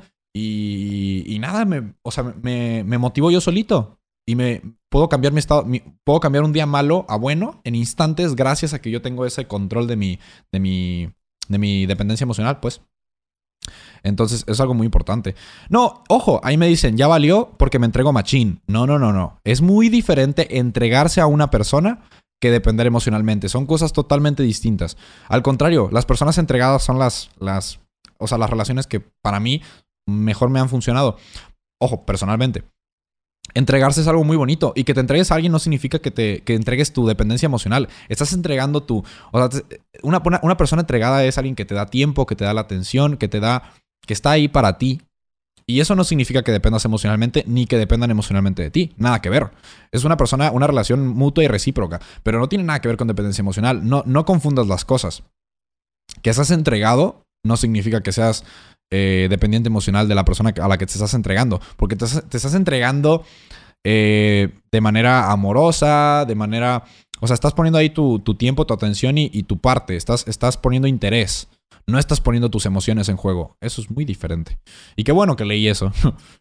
Y nada, me motivo yo solito. Y puedo cambiar mi estado. Puedo cambiar un día malo a bueno en instantes gracias a que yo tengo ese control de mi dependencia emocional, pues. Entonces, es algo muy importante. No, ojo, ahí me dicen, ya valió porque me entrego machín. No. Es muy diferente entregarse a una persona que depender emocionalmente. Son cosas totalmente distintas. Al contrario, las personas entregadas son las relaciones que para mí mejor me han funcionado. Ojo, personalmente. Entregarse es algo muy bonito. Y que te entregues a alguien no significa que entregues tu dependencia emocional. Estás entregando tu... O sea, una persona entregada es alguien que te da tiempo, que te da la atención, que está ahí para ti. Y eso no significa que dependas emocionalmente ni que dependan emocionalmente de ti. Nada que ver. Es una relación mutua y recíproca. Pero no tiene nada que ver con dependencia emocional. No confundas las cosas. Que seas entregado no significa que seas dependiente emocional de la persona a la que te estás entregando. Porque te estás entregando de manera amorosa, de manera... O sea, estás poniendo ahí tu tiempo, tu atención y tu parte. Estás poniendo interés. No estás poniendo tus emociones en juego. Eso es muy diferente. Y qué bueno que leí eso.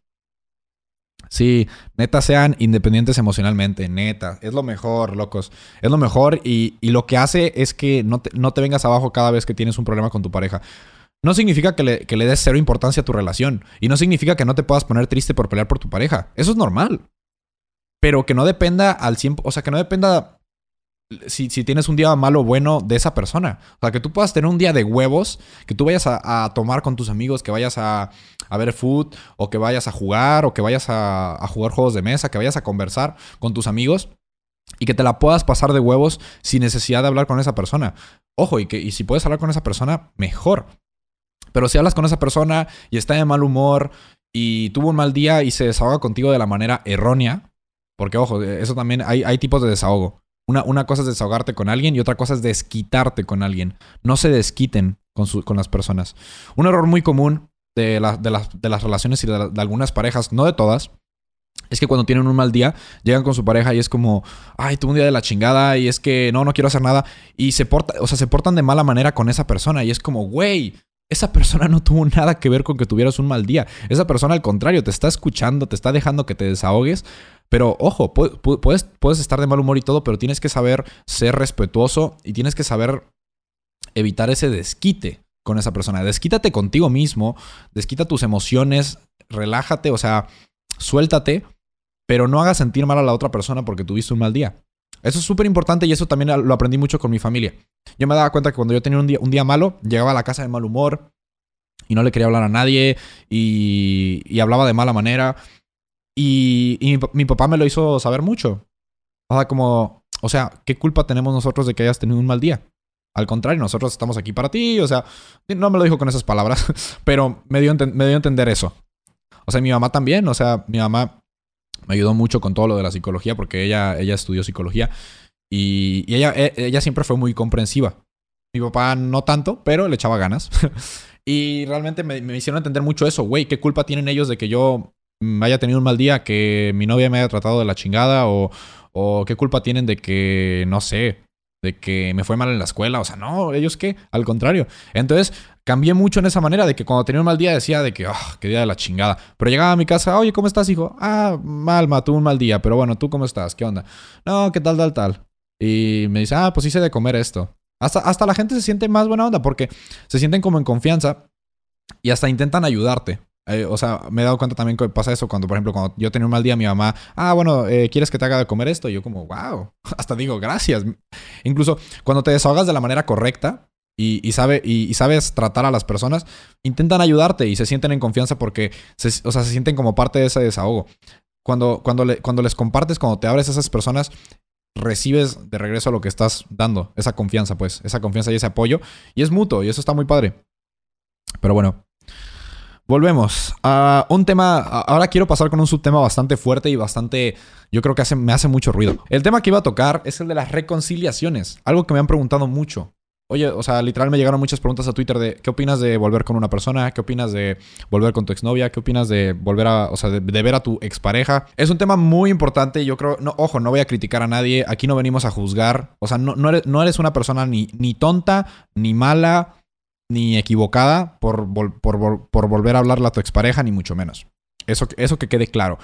Sí, neta, sean independientes emocionalmente. Neta, es lo mejor, locos. Es lo mejor y lo que hace es que no te vengas abajo cada vez que tienes un problema con tu pareja. No significa que le des cero importancia a tu relación. Y no significa que no te puedas poner triste por pelear por tu pareja. Eso es normal. Pero que no dependa al 100%. O sea, que no dependa si tienes un día malo o bueno de esa persona. O sea, que tú puedas tener un día de huevos, que tú vayas a tomar con tus amigos, que vayas a ver fútbol, o que vayas a jugar, o que vayas a jugar juegos de mesa, que vayas a conversar con tus amigos y que te la puedas pasar de huevos sin necesidad de hablar con esa persona. Ojo, y si puedes hablar con esa persona, mejor. Pero si hablas con esa persona y está de mal humor y tuvo un mal día y se desahoga contigo de la manera errónea, porque ojo, eso también hay tipos de desahogo. Una cosa es desahogarte con alguien y otra cosa es desquitarte con alguien. No se desquiten con las personas. Un error muy común de las relaciones y de algunas parejas, no de todas, es que cuando tienen un mal día, llegan con su pareja y es como, ay, tuve un día de la chingada y es que no quiero hacer nada. Y se portan de mala manera con esa persona y es como, güey, esa persona no tuvo nada que ver con que tuvieras un mal día. Esa persona, al contrario, te está escuchando, te está dejando que te desahogues. Pero, ojo, puedes estar de mal humor y todo, pero tienes que saber ser respetuoso y tienes que saber evitar ese desquite con esa persona. Desquítate contigo mismo, desquita tus emociones, relájate, o sea, suéltate pero no hagas sentir mal a la otra persona porque tuviste un mal día. Eso es súper importante y eso también lo aprendí mucho con mi familia. Yo me daba cuenta que cuando yo tenía un día malo, llegaba a la casa de mal humor y no le quería hablar a nadie y hablaba de mala manera. Y mi papá me lo hizo saber mucho. O sea, ¿qué culpa tenemos nosotros de que hayas tenido un mal día? Al contrario, nosotros estamos aquí para ti. O sea, no me lo dijo con esas palabras, pero me dio a entender eso. O sea, mi mamá también. O sea, mi mamá me ayudó mucho con todo lo de la psicología porque ella estudió psicología y ella siempre fue muy comprensiva. Mi papá no tanto, pero le echaba ganas. Y realmente me hicieron entender mucho eso. Güey, ¿qué culpa tienen ellos de que yo haya tenido un mal día, que mi novia me haya tratado de la chingada o qué culpa tienen de que, no sé, de que me fue mal en la escuela? O sea, no, ¿ellos qué? Al contrario. Entonces, cambié mucho en esa manera de que cuando tenía un mal día decía de que, qué día de la chingada. Pero llegaba a mi casa, oye, ¿cómo estás, hijo? Mal, tuve un mal día, pero bueno, ¿tú cómo estás? ¿Qué onda? No, ¿qué tal? Y me dice, pues hice de comer esto. Hasta la gente se siente más buena onda porque se sienten como en confianza y hasta intentan ayudarte. O sea, me he dado cuenta también que pasa eso cuando, por ejemplo, cuando yo tenía un mal día, mi mamá, bueno, ¿quieres que te haga de comer esto? Y yo como, wow, hasta digo, gracias. Incluso cuando te desahogas de la manera correcta y sabes tratar a las personas, intentan ayudarte y se sienten en confianza porque, se sienten como parte de ese desahogo. Cuando les compartes, cuando te abres a esas personas, recibes de regreso lo que estás dando, esa confianza, pues, esa confianza y ese apoyo. Y es mutuo y eso está muy padre. Pero bueno. Volvemos a un tema. Ahora quiero pasar con un subtema bastante fuerte y bastante, yo creo que me hace mucho ruido. El tema que iba a tocar es el de las reconciliaciones. Algo que me han preguntado mucho. Oye, o sea, literal me llegaron muchas preguntas a Twitter de ¿qué opinas de volver con una persona? ¿Qué opinas de volver con tu exnovia? ¿Qué opinas de volver de ver a tu expareja? Es un tema muy importante. Yo creo, no voy a criticar a nadie. Aquí no venimos a juzgar. O sea, no eres una persona ni tonta, ni mala, ni equivocada por volver a hablarle a tu expareja, ni mucho menos. Eso que quede claro.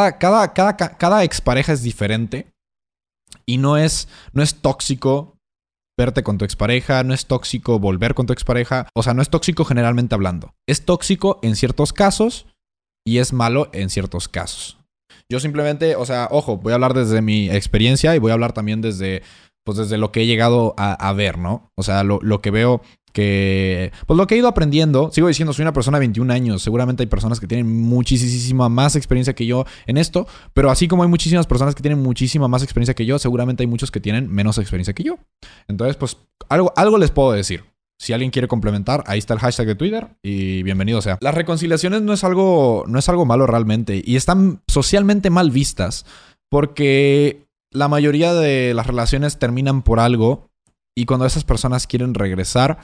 Cada expareja es diferente y no es tóxico verte con tu expareja, no es tóxico volver con tu expareja. O sea, no es tóxico generalmente hablando. Es tóxico en ciertos casos y es malo en ciertos casos. Yo simplemente, o sea, ojo, voy a hablar desde mi experiencia y voy a hablar también desde lo que he llegado a ver, ¿no? O sea, lo que veo pues lo que he ido aprendiendo, sigo diciendo, soy una persona de 21 años, seguramente hay personas que tienen muchísima más experiencia que yo en esto, pero así como hay muchísimas personas que tienen muchísima más experiencia que yo, seguramente hay muchos que tienen menos experiencia que yo. Entonces, pues, algo les puedo decir. Si alguien quiere complementar, ahí está el hashtag de Twitter y bienvenido sea. Las reconciliaciones no es algo malo realmente y están socialmente mal vistas porque la mayoría de las relaciones terminan por algo y cuando esas personas quieren regresar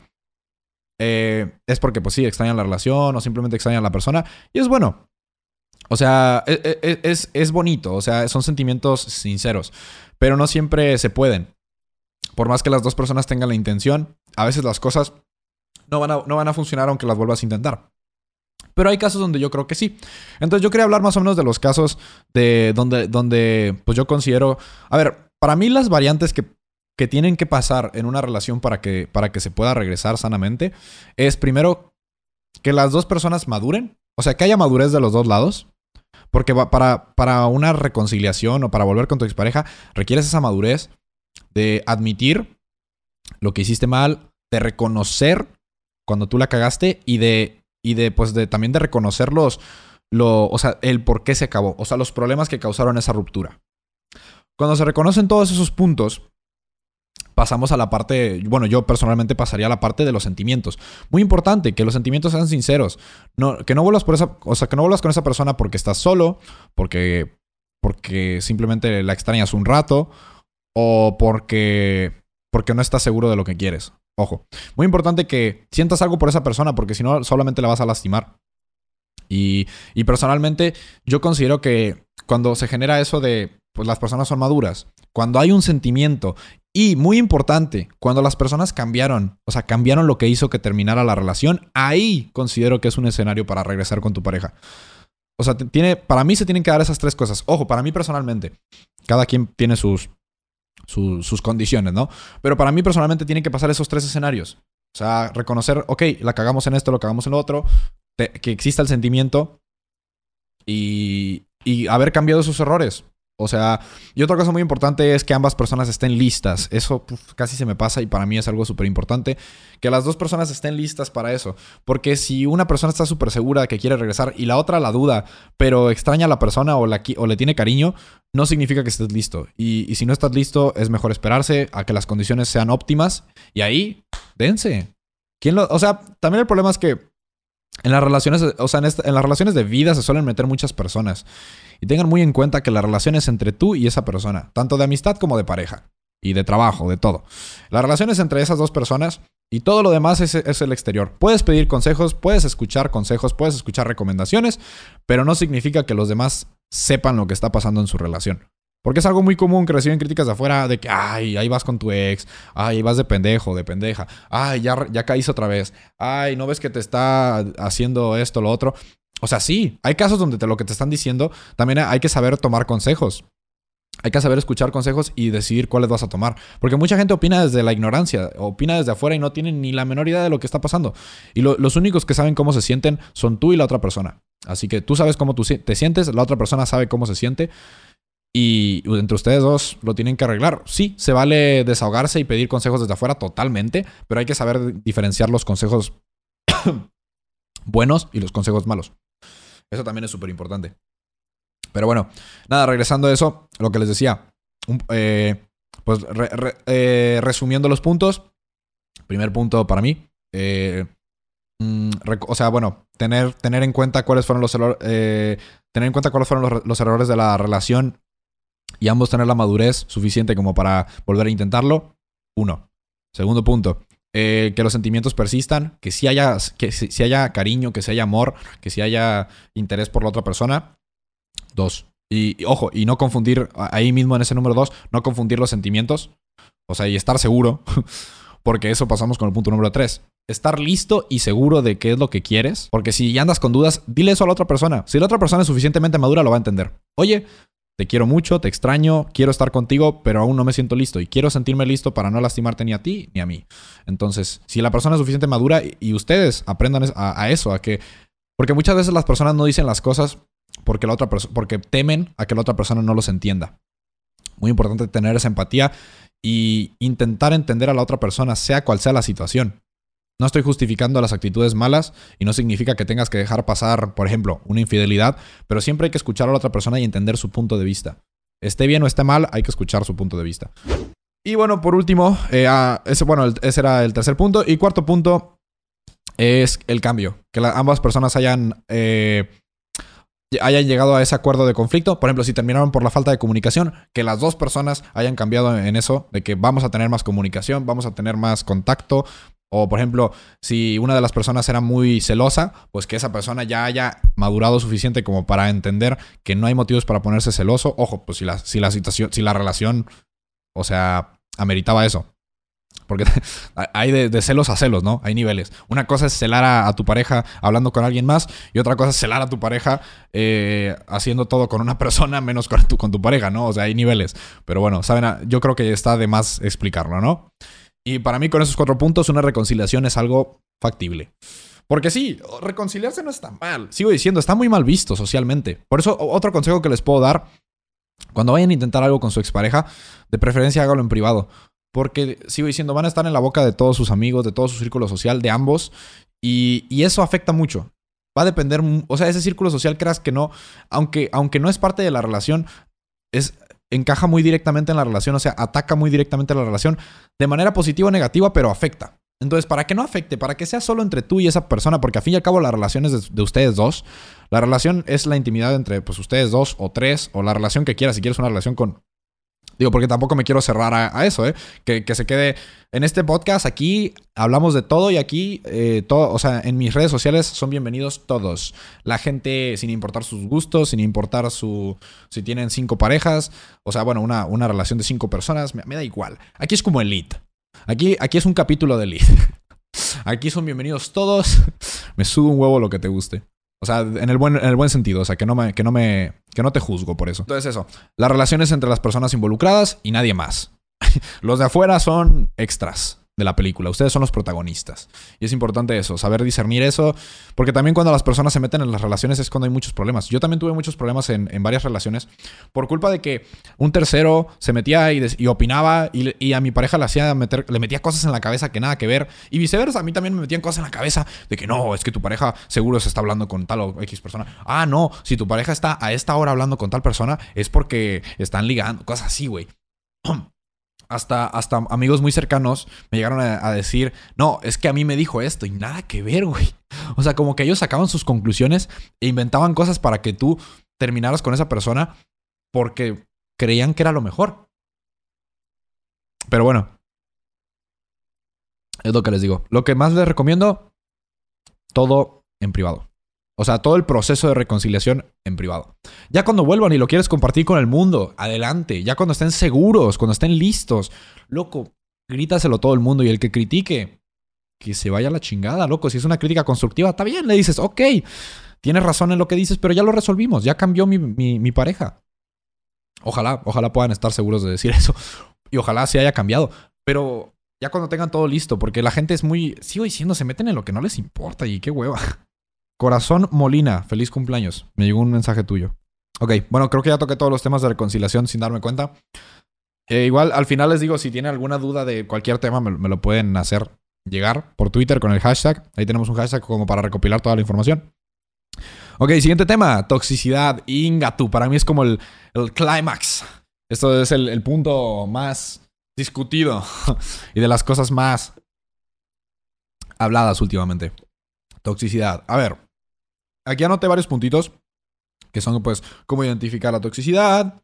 es porque pues sí, extrañan la relación o simplemente extrañan a la persona y es bueno. O sea, es bonito, o sea, son sentimientos sinceros, pero no siempre se pueden. Por más que las dos personas tengan la intención, a veces las cosas no van a funcionar aunque las vuelvas a intentar. Pero hay casos donde yo creo que sí. Entonces yo quería hablar más o menos de los casos de donde pues yo considero... A ver, para mí las variantes que tienen que pasar en una relación para que se pueda regresar sanamente es primero que las dos personas maduren. O sea, que haya madurez de los dos lados. Porque para una reconciliación o para volver con tu expareja requieres esa madurez de admitir lo que hiciste mal, de reconocer cuando tú la cagaste y también de reconocer o sea, el por qué se acabó. O sea, los problemas que causaron esa ruptura. Cuando se reconocen todos esos puntos, pasamos a la parte, bueno, yo personalmente pasaría a la parte de los sentimientos. Muy importante, que los sentimientos sean sinceros. Que no vuelvas que no vuelvas con esa persona porque estás solo, porque simplemente la extrañas un rato, o porque no estás seguro de lo que quieres. Ojo, muy importante que sientas algo por esa persona, porque si no, solamente la vas a lastimar. Y personalmente, yo considero que cuando se genera eso de, pues las personas son maduras, cuando hay un sentimiento, y muy importante, cuando las personas cambiaron, o sea, cambiaron lo que hizo que terminara la relación, ahí considero que es un escenario para regresar con tu pareja. O sea, para mí se tienen que dar esas tres cosas. Ojo, para mí personalmente, cada quien tiene sus condiciones, ¿no? Pero para mí personalmente tienen que pasar esos tres escenarios. O sea, reconocer, ok, la cagamos en esto, lo cagamos en lo otro, que exista el sentimiento y y haber cambiado esos errores. O sea, y otra cosa muy importante es que ambas personas estén listas. Eso casi se me pasa y para mí es algo súper importante. Que las dos personas estén listas para eso. Porque si una persona está súper segura de que quiere regresar y la otra la duda, pero extraña a la persona o le tiene cariño, no significa que estés listo. Y si no estás listo, es mejor esperarse a que las condiciones sean óptimas. Y ahí, dense. O sea, también el problema es que en las relaciones, o sea, en las relaciones de vida se suelen meter muchas personas. Y tengan muy en cuenta que la relación es entre tú y esa persona, tanto de amistad como de pareja. Y de trabajo, de todo. La relación es entre esas dos personas y todo lo demás es el exterior. Puedes pedir consejos, puedes escuchar consejos, puedes escuchar recomendaciones, pero no significa que los demás sepan lo que está pasando en su relación. Porque es algo muy común que reciben críticas de afuera de que, ay, ahí vas con tu ex, ay, vas de pendejo, de pendeja, ay, ya caíste otra vez, ay, ¿no ves que te está haciendo esto, lo otro? O sea, sí, hay casos donde lo que te están diciendo, también hay que saber tomar consejos. Hay que saber escuchar consejos y decidir cuáles vas a tomar. Porque mucha gente opina desde la ignorancia, opina desde afuera y no tienen ni la menor idea de lo que está pasando. Y los únicos que saben cómo se sienten son tú y la otra persona. Así que tú sabes cómo tú te sientes, la otra persona sabe cómo se siente. Y entre ustedes dos lo tienen que arreglar. Sí, se vale desahogarse y pedir consejos desde afuera totalmente, pero hay que saber diferenciar los consejos buenos y los consejos malos. Eso también es súper importante. Pero bueno, nada, regresando a eso, lo que les decía. Pues resumiendo los puntos. Primer punto para mí. O sea, bueno, tener en cuenta cuáles fueron los errores. Tener en cuenta cuáles fueron los errores de la relación. Y ambos tener la madurez suficiente como para volver a intentarlo. 1. Segundo punto. Que los sentimientos persistan. Que sí haya cariño, que sí haya amor, que sí haya interés por la otra persona. 2. Y ojo, y no confundir, ahí mismo en ese número 2, no confundir los sentimientos. O sea, y estar seguro. Porque eso pasamos con el punto número 3. Estar listo y seguro de qué es lo que quieres. Porque si ya andas con dudas, dile eso a la otra persona. Si la otra persona es suficientemente madura, lo va a entender. Oye, te quiero mucho, te extraño, quiero estar contigo, pero aún no me siento listo. Y quiero sentirme listo para no lastimarte ni a ti ni a mí. Entonces, si la persona es suficientemente madura y ustedes aprendan a eso, a que... Porque muchas veces las personas no dicen las cosas porque temen a que la otra persona no los entienda. Muy importante tener esa empatía y intentar entender a la otra persona, sea cual sea la situación. No estoy justificando las actitudes malas y no significa que tengas que dejar pasar, por ejemplo, una infidelidad, pero siempre hay que escuchar a la otra persona y entender su punto de vista. Esté bien o esté mal, hay que escuchar su punto de vista. Y bueno, por último, ese era el tercer punto. Y cuarto punto es el cambio. Que ambas personas hayan llegado a ese acuerdo de conflicto. Por ejemplo, si terminaron por la falta de comunicación, que las dos personas hayan cambiado en eso, de que vamos a tener más comunicación, vamos a tener más contacto. O, por ejemplo, si una de las personas era muy celosa, pues que esa persona ya haya madurado suficiente como para entender que no hay motivos para ponerse celoso. Ojo, pues si la relación, o sea, ameritaba eso. Porque hay de celos a celos, ¿no? Hay niveles. Una cosa es celar a tu pareja hablando con alguien más y otra cosa es celar a tu pareja haciendo todo con una persona menos con tu pareja, ¿no? O sea, hay niveles. Pero bueno, saben, yo creo que está de más explicarlo, ¿no? Y para mí con esos 4 puntos una reconciliación es algo factible. Porque sí, reconciliarse no está mal. Sigo diciendo, está muy mal visto socialmente. Por eso otro consejo que les puedo dar, cuando vayan a intentar algo con su expareja, de preferencia hágalo en privado. Porque sigo diciendo, van a estar en la boca de todos sus amigos, de todo su círculo social, de ambos. Y eso afecta mucho. Va a depender, o sea, ese círculo social, creas que no, aunque no es parte de la relación, encaja muy directamente en la relación, o sea, ataca muy directamente a la relación de manera positiva o negativa, pero afecta. Entonces, para que no afecte, para que sea solo entre tú y esa persona, porque al fin y al cabo la relación es de ustedes dos. La relación es la intimidad entre pues, ustedes dos o tres, o la relación que quieras, si quieres una relación con... Digo, porque tampoco me quiero cerrar a eso, ¿eh? Que se quede... En este podcast, aquí hablamos de todo y aquí todo, o sea, en mis redes sociales son bienvenidos todos. La gente, sin importar sus gustos, sin importar si tienen 5 parejas, o sea, bueno, una relación de 5 personas, me da igual. Aquí es como Elite. Aquí es un capítulo de Elite. Aquí son bienvenidos todos. Me sudo un huevo lo que te guste. O sea, en el buen sentido. O sea, que no te juzgo por eso. Entonces eso. Las relaciones entre las personas involucradas y nadie más. Los de afuera son extras. de la película. Ustedes son los protagonistas. Y es importante eso, saber discernir eso. Porque también cuando las personas se meten en las relaciones es cuando hay muchos problemas. Yo también tuve muchos problemas en varias relaciones por culpa de que un tercero se metía y opinaba y a mi pareja le metía cosas en la cabeza que nada que ver. Y viceversa, a mí también me metían cosas en la cabeza de que no, es que tu pareja seguro se está hablando con tal o X persona. Ah, no, si tu pareja está a esta hora hablando con tal persona es porque están ligando, cosas así, güey. Hasta amigos muy cercanos me llegaron a decir, no, es que a mí me dijo esto y nada que ver, güey. O sea, como que ellos sacaban sus conclusiones e inventaban cosas para que tú terminaras con esa persona porque creían que era lo mejor. Pero bueno, es lo que les digo. Lo que más les recomiendo, todo en privado. O sea, todo el proceso de reconciliación en privado. Ya cuando vuelvan y lo quieres compartir con el mundo, adelante. Ya cuando estén seguros, cuando estén listos, loco, grítaselo a todo el mundo. Y el que critique, que se vaya a la chingada, loco. Si es una crítica constructiva, está bien. Le dices, ok, tienes razón en lo que dices, pero ya lo resolvimos. Ya cambió mi pareja. Ojalá puedan estar seguros de decir eso. Y ojalá se haya cambiado. Pero ya cuando tengan todo listo, porque la gente es muy... Sigo diciendo, se meten en lo que no les importa y qué hueva. Corazón Molina, feliz cumpleaños. Me llegó un mensaje tuyo. Ok, bueno, creo que ya toqué todos los temas de reconciliación sin darme cuenta. Igual, al final les digo, si tienen alguna duda de cualquier tema, me lo pueden hacer llegar por Twitter con el hashtag. Ahí tenemos un hashtag como para recopilar toda la información. Ok, siguiente tema. Toxicidad. Ingatu. Para mí es como el clímax. Esto es el punto más discutido y de las cosas más habladas últimamente. Toxicidad. A ver, aquí anoté varios puntitos que son pues cómo identificar la toxicidad,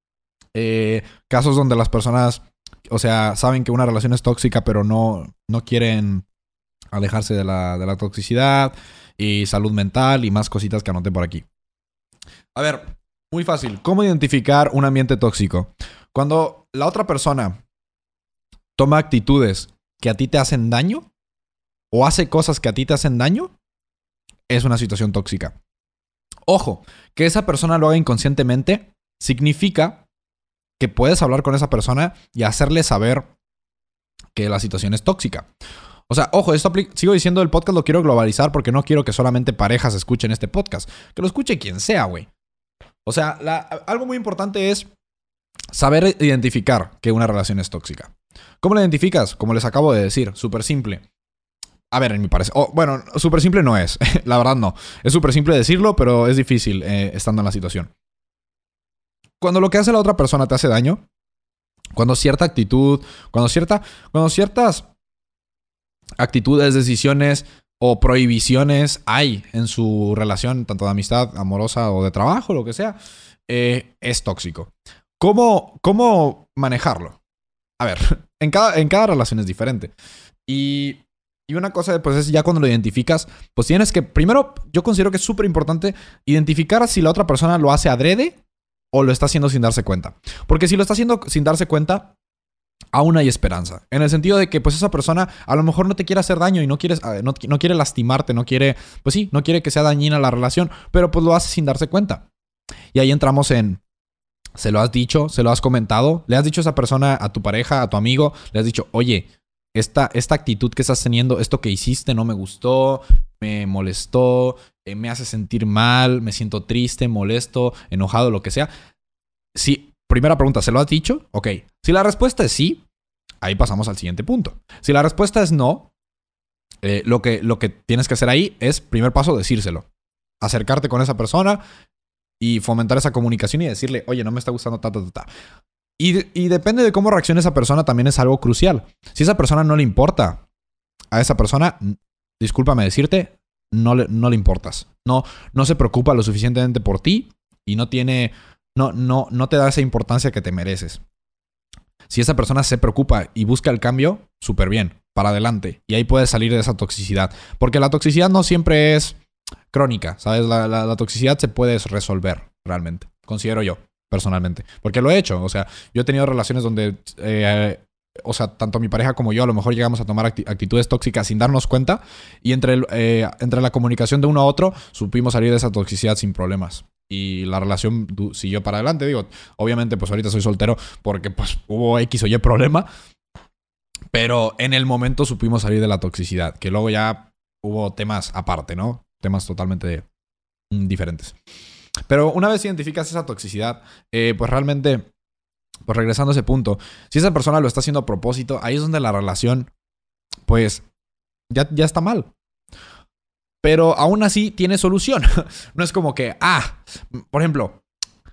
casos donde las personas, o sea, saben que una relación es tóxica pero no quieren alejarse de la toxicidad, y salud mental y más cositas que anoté por aquí. A ver, muy fácil. ¿Cómo identificar un ambiente tóxico? Cuando la otra persona toma actitudes que a ti te hacen daño o hace cosas que a ti te hacen daño, es una situación tóxica. Ojo, que esa persona lo haga inconscientemente significa que puedes hablar con esa persona y hacerle saber que la situación es tóxica. O sea, ojo, esto sigo diciendo, el podcast lo quiero globalizar porque no quiero que solamente parejas escuchen este podcast. Que lo escuche quien sea, güey. O sea, algo muy importante es saber identificar que una relación es tóxica. ¿Cómo la identificas? Como les acabo de decir, súper simple. A ver, en mi parecer. Bueno, súper simple no es. La verdad no. Es súper simple decirlo, pero es difícil estando en la situación. Cuando lo que hace la otra persona te hace daño, cuando cierta actitud, cuando ciertas actitudes, decisiones o prohibiciones hay en su relación, tanto de amistad, amorosa o de trabajo, lo que sea, es tóxico. ¿Cómo manejarlo? A ver, en cada relación es diferente. Y una cosa pues es ya cuando lo identificas, pues tienes que, primero, yo considero que es súper importante identificar si la otra persona lo hace adrede o lo está haciendo sin darse cuenta. Porque si lo está haciendo sin darse cuenta, aún hay esperanza. En el sentido de que pues esa persona a lo mejor no te quiere hacer daño y no quiere lastimarte, no quiere que sea dañina la relación, pero pues lo hace sin darse cuenta. Y ahí entramos en, ¿se lo has dicho? ¿Se lo has comentado? ¿Le has dicho a esa persona, a tu pareja, a tu amigo? ¿Le has dicho, oye, esta actitud que estás teniendo, esto que hiciste no me gustó, me molestó, me hace sentir mal, me siento triste, molesto, enojado, lo que sea? Sí, primera pregunta, ¿se lo has dicho? Ok. Si la respuesta es sí, ahí pasamos al siguiente punto. Si la respuesta es no, lo que tienes que hacer ahí es, primer paso, decírselo. Acercarte con esa persona y fomentar esa comunicación y decirle, oye, no me está gustando ta. Y depende de cómo reaccione esa persona, también es algo crucial. Si esa persona no le importa, a esa persona, discúlpame decirte, no le importas. No se preocupa lo suficientemente por ti y no te da esa importancia que te mereces. Si esa persona se preocupa y busca el cambio, súper bien, para adelante. Y ahí puedes salir de esa toxicidad. Porque la toxicidad no siempre es crónica, ¿sabes? La toxicidad se puede resolver realmente, considero yo. Personalmente. Porque lo he hecho. O sea, yo he tenido relaciones donde, o sea, tanto mi pareja como yo a lo mejor llegamos a tomar actitudes tóxicas sin darnos cuenta. Y entre la comunicación de uno a otro, supimos salir de esa toxicidad sin problemas. Y la relación siguió para adelante. Digo, obviamente, pues ahorita soy soltero porque pues hubo X o Y problema. Pero en el momento supimos salir de la toxicidad, que luego ya hubo temas aparte, ¿no? Temas totalmente diferentes. Pero una vez identificas esa toxicidad, pues realmente, pues regresando a ese punto, si esa persona lo está haciendo a propósito, ahí es donde la relación, pues, ya está mal. Pero aún así tiene solución. No es como que, por ejemplo,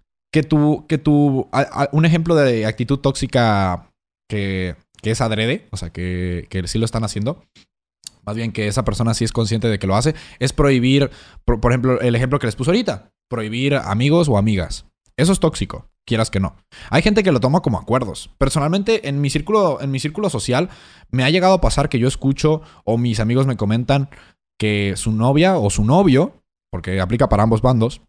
un ejemplo de actitud tóxica que es adrede, o sea, que sí lo están haciendo, más bien que esa persona sí es consciente de que lo hace, es prohibir, por ejemplo, el ejemplo que les puse ahorita, prohibir amigos o amigas. Eso es tóxico, quieras que no. Hay gente que lo toma como acuerdos. Personalmente, en mi círculo social, me ha llegado a pasar que yo escucho o mis amigos me comentan que su novia o su novio, porque aplica para ambos bandos,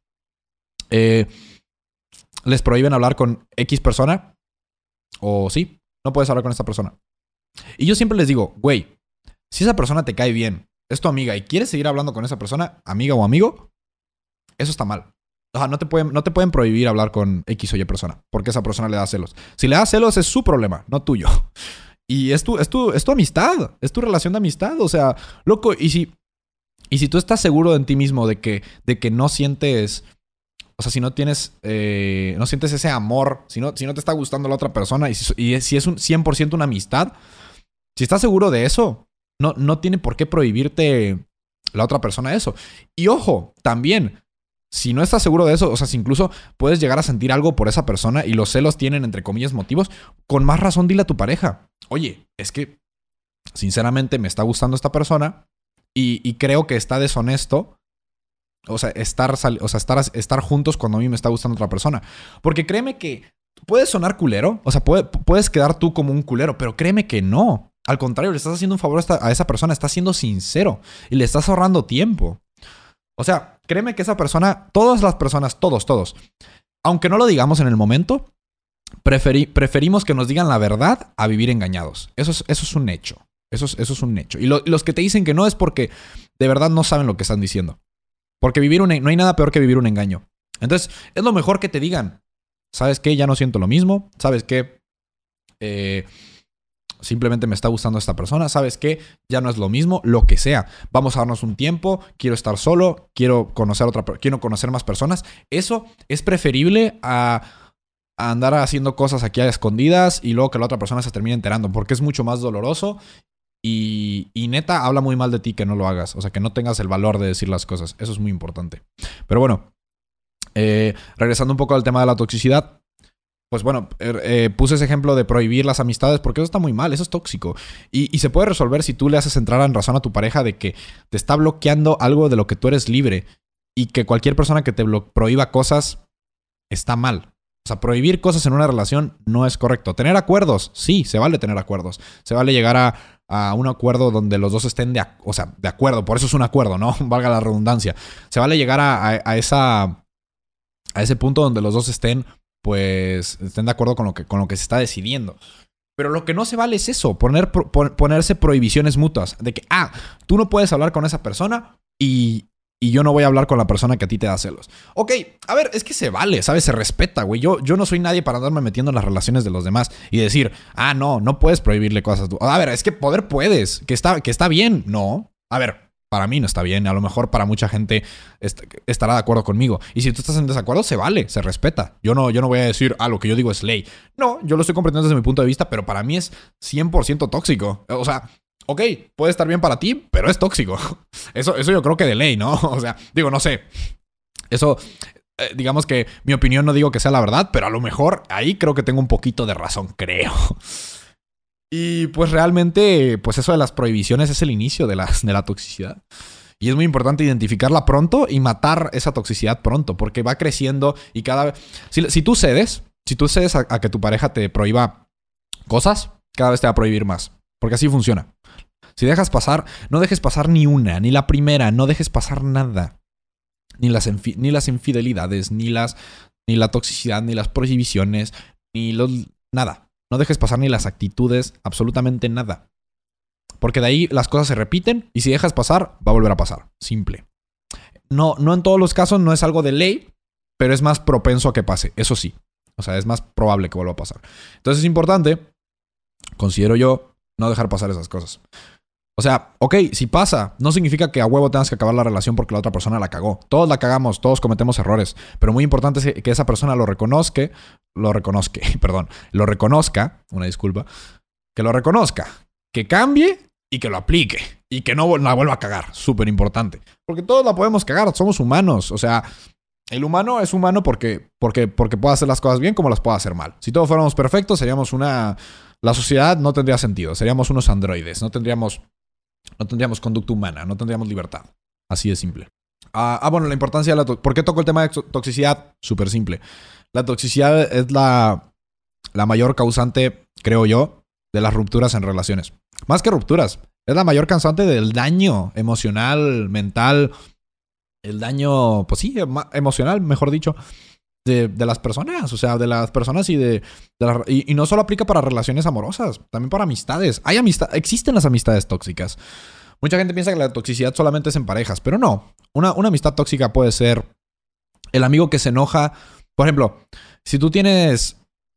les prohíben hablar con X persona, o sí, no puedes hablar con esta persona. Y yo siempre les digo, güey, si esa persona te cae bien, es tu amiga y quieres seguir hablando con esa persona, amiga o amigo, eso está mal. O sea, no te pueden prohibir hablar con X o Y persona, porque esa persona le da celos. Si le da celos es su problema, no tuyo. Y es tu amistad, es tu relación de amistad. O sea, loco, y si tú estás seguro en ti mismo de que no sientes, o sea, si no tienes, no sientes ese amor, si no te está gustando la otra persona y si es un 100% una amistad, si estás seguro de eso, no tiene por qué prohibirte la otra persona eso. Y ojo, también, si no estás seguro de eso, o sea, si incluso puedes llegar a sentir algo por esa persona y los celos tienen, entre comillas, motivos, con más razón dile a tu pareja, oye, es que sinceramente me está gustando esta persona y creo que está deshonesto. O sea, estar juntos cuando a mí me está gustando otra persona. Porque créeme que puede sonar culero. O sea, puedes quedar tú como un culero, pero créeme que no. Al contrario, le estás haciendo un favor a esa persona. Estás siendo sincero y le estás ahorrando tiempo. O sea, créeme que esa persona, todas las personas, todos, aunque no lo digamos en el momento, preferimos que nos digan la verdad a vivir engañados. Eso es un hecho. Eso es un hecho. Y los que te dicen que no es porque de verdad no saben lo que están diciendo. Porque no hay nada peor que vivir un engaño. Entonces, es lo mejor que te digan. ¿Sabes qué? Ya no siento lo mismo. ¿Sabes qué? Simplemente me está gustando esta persona. ¿Sabes qué? Ya no es lo mismo. Lo que sea. Vamos a darnos un tiempo. Quiero estar solo. Quiero conocer más personas. Eso es preferible a andar haciendo cosas aquí a escondidas y luego que la otra persona se termine enterando. Porque es mucho más doloroso. Y neta, habla muy mal de ti que no lo hagas. O sea, que no tengas el valor de decir las cosas. Eso es muy importante. Pero bueno, regresando un poco al tema de la toxicidad. Pues bueno, puse ese ejemplo de prohibir las amistades porque eso está muy mal, eso es tóxico. Y se puede resolver si tú le haces entrar en razón a tu pareja de que te está bloqueando algo de lo que tú eres libre. Y que cualquier persona que te prohíba cosas está mal. O sea, prohibir cosas en una relación no es correcto. Tener acuerdos, sí, se vale tener acuerdos. Se vale llegar a un acuerdo donde los dos estén de acuerdo. Por eso es un acuerdo, ¿no? Valga la redundancia. Se vale llegar a ese punto donde los dos estén de acuerdo con lo que se está decidiendo. Pero lo que no se vale es eso, ponerse prohibiciones mutuas. De que, tú no puedes hablar con esa persona y yo no voy a hablar con la persona que a ti te da celos. Ok, a ver, es que se vale, ¿sabes? Se respeta, güey. Yo no soy nadie para andarme metiendo en las relaciones de los demás y decir, no puedes prohibirle cosas. A ver, es que poder puedes, que está bien. No, a ver, para mí no está bien. A lo mejor para mucha gente estará de acuerdo conmigo. Y si tú estás en desacuerdo, se vale, se respeta. Yo no voy a decir, lo que yo digo es ley. No, yo lo estoy comprendiendo desde mi punto de vista, pero para mí es 100% tóxico. O sea, ok, puede estar bien para ti, pero es tóxico. Eso yo creo que de ley, ¿no? O sea, digo, no sé. Eso, digamos que mi opinión no digo que sea la verdad, pero a lo mejor ahí creo que tengo un poquito de razón, creo. Y pues realmente, pues eso de las prohibiciones es el inicio de la toxicidad. Y es muy importante identificarla pronto y matar esa toxicidad pronto, porque va creciendo y cada vez... Si tú cedes a que tu pareja te prohíba cosas, cada vez te va a prohibir más. Porque así funciona. Si dejas pasar, no dejes pasar ni una, ni la primera, no dejes pasar nada. Ni las infidelidades, ni la toxicidad, ni las prohibiciones, nada. No dejes pasar ni las actitudes, absolutamente nada. Porque de ahí las cosas se repiten y si dejas pasar, va a volver a pasar. Simple. No en todos los casos, no es algo de ley, pero es más propenso a que pase. Eso sí. O sea, es más probable que vuelva a pasar. Entonces es importante, considero yo, No dejar pasar esas cosas. O sea, ok, si pasa, no significa que a huevo tengas que acabar la relación porque la otra persona la cagó. Todos la cagamos, todos cometemos errores. Pero muy importante es que esa persona lo reconozca, una disculpa, que lo reconozca, que cambie y que lo aplique. Y que no la vuelva a cagar. Súper importante. Porque todos la podemos cagar, somos humanos. O sea, el humano es humano porque puede hacer las cosas bien como las puede hacer mal. Si todos fuéramos perfectos, la sociedad no tendría sentido. Seríamos unos androides. No tendríamos conducta humana. No tendríamos libertad. Así de simple. Bueno, la importancia de ¿por qué toco el tema de toxicidad? Súper simple. La toxicidad es la mayor causante, creo yo, de las rupturas en relaciones. Más que rupturas. Es la mayor causante del daño emocional, mental. El daño, pues sí, emocional, mejor dicho. De las personas, o sea, de las personas y no solo aplica para relaciones amorosas, también para amistades. Existen las amistades tóxicas. Mucha gente piensa que la toxicidad solamente es en parejas, pero no. Una amistad tóxica puede ser el amigo que se enoja. Por ejemplo, si tú tienes...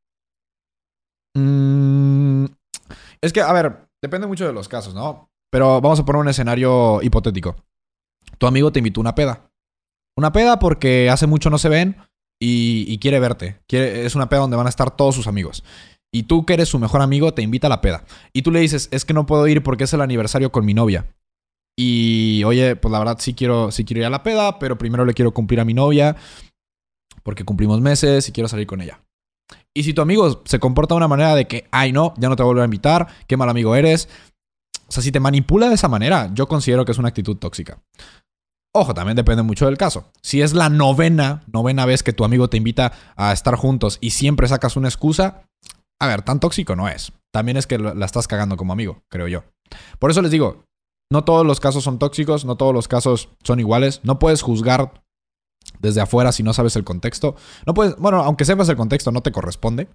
Es que, a ver, depende mucho de los casos, ¿no? Pero vamos a poner un escenario hipotético. Tu amigo te invitó a una peda. Una peda porque hace mucho no se ven. Y quiere verte. Es una peda donde van a estar todos sus amigos. Y tú, que eres su mejor amigo, te invita a la peda. Y tú le dices, es que no puedo ir porque es el aniversario con mi novia. Y, oye, pues la verdad sí quiero ir a la peda, pero primero le quiero cumplir a mi novia porque cumplimos meses y quiero salir con ella. Y si tu amigo se comporta de una manera de que, ay no, ya no te vuelvo a invitar, qué mal amigo eres. O sea, si te manipula de esa manera, yo considero que es una actitud tóxica. Ojo, también depende mucho del caso. Si es la novena vez que tu amigo te invita a estar juntos y siempre sacas una excusa, a ver, tan tóxico no es. También es que la estás cagando como amigo, creo yo. Por eso les digo, no todos los casos son tóxicos, no todos los casos son iguales. No puedes juzgar desde afuera si no sabes el contexto. No puedes, bueno, aunque sepas el contexto, no te corresponde.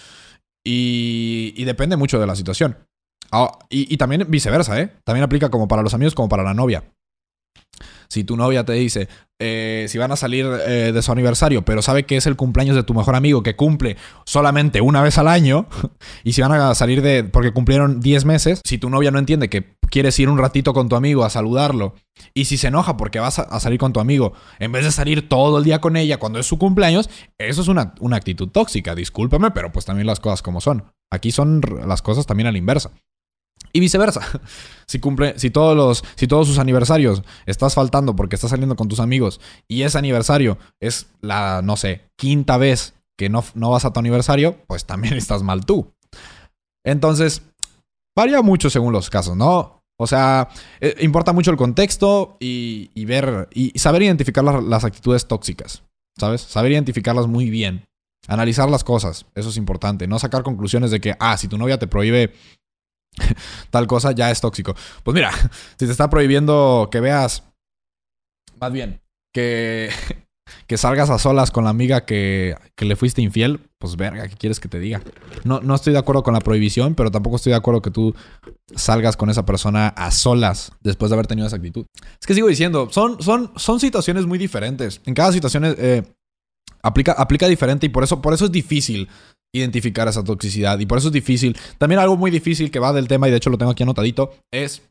Y depende mucho de la situación. Y también viceversa, ¿eh? También aplica como para los amigos como para la novia. Si tu novia te dice, si van a salir de su aniversario, pero sabe que es el cumpleaños de tu mejor amigo que cumple solamente una vez al año, y si van a salir porque cumplieron 10 meses, si tu novia no entiende que quieres ir un ratito con tu amigo a saludarlo, y si se enoja porque vas a salir con tu amigo, en vez de salir todo el día con ella cuando es su cumpleaños, eso es una actitud tóxica, discúlpame, pero pues también las cosas como son. Aquí son las cosas también a la inversa. Y viceversa. Si todos sus aniversarios estás faltando porque estás saliendo con tus amigos y ese aniversario es la, no sé, quinta vez que no vas a tu aniversario, pues también estás mal tú. Entonces, varía mucho según los casos, ¿no? O sea, importa mucho el contexto y ver y saber identificar las actitudes tóxicas, ¿sabes? Saber identificarlas muy bien. Analizar las cosas, eso es importante. No sacar conclusiones de que, si tu novia te prohíbe tal cosa, ya es tóxico. Pues mira, si te está prohibiendo que veas, más bien, que salgas a solas con la amiga que le fuiste infiel, pues verga, ¿qué quieres que te diga? No estoy de acuerdo con la prohibición, pero tampoco estoy de acuerdo que tú salgas con esa persona a solas después de haber tenido esa actitud. Es que sigo diciendo, son situaciones muy diferentes. En cada situación aplica diferente y por eso es difícil identificar esa toxicidad. Y por eso es difícil. También algo muy difícil que va del tema, y de hecho lo tengo aquí anotadito, es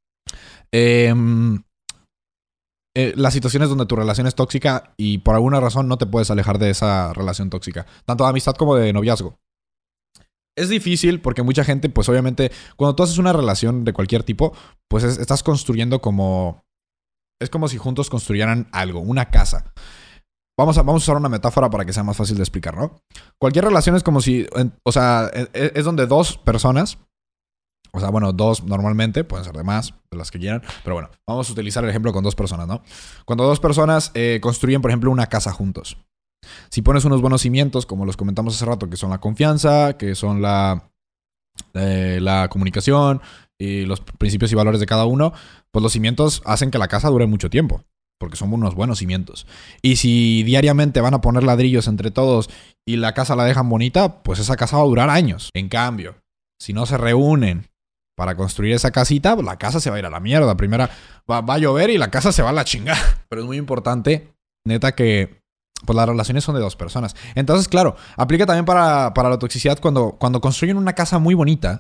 las situaciones donde tu relación es tóxica y por alguna razón no te puedes alejar de esa relación tóxica. Tanto de amistad como de noviazgo. Es difícil porque mucha gente, pues obviamente, cuando tú haces una relación de cualquier tipo, pues estás construyendo como... Es como si juntos construyeran algo, una casa. Vamos a usar una metáfora para que sea más fácil de explicar, ¿no? Cualquier relación es como si... O sea, es donde dos personas... O sea, bueno, dos normalmente. Pueden ser de más, de las que quieran. Pero bueno, vamos a utilizar el ejemplo con dos personas, ¿no? Cuando dos personas construyen, por ejemplo, una casa juntos. Si pones unos buenos cimientos, como los comentamos hace rato, que son la confianza, que son la comunicación y los principios y valores de cada uno, pues los cimientos hacen que la casa dure mucho tiempo. Porque son unos buenos cimientos. Y si diariamente van a poner ladrillos entre todos y la casa la dejan bonita, pues esa casa va a durar años. En cambio, si no se reúnen para construir esa casita, pues la casa se va a ir a la mierda. Primera, va a llover y la casa se va a la chingada. Pero es muy importante, neta, que pues las relaciones son de dos personas. Entonces, claro, aplica también para la toxicidad cuando construyen una casa muy bonita.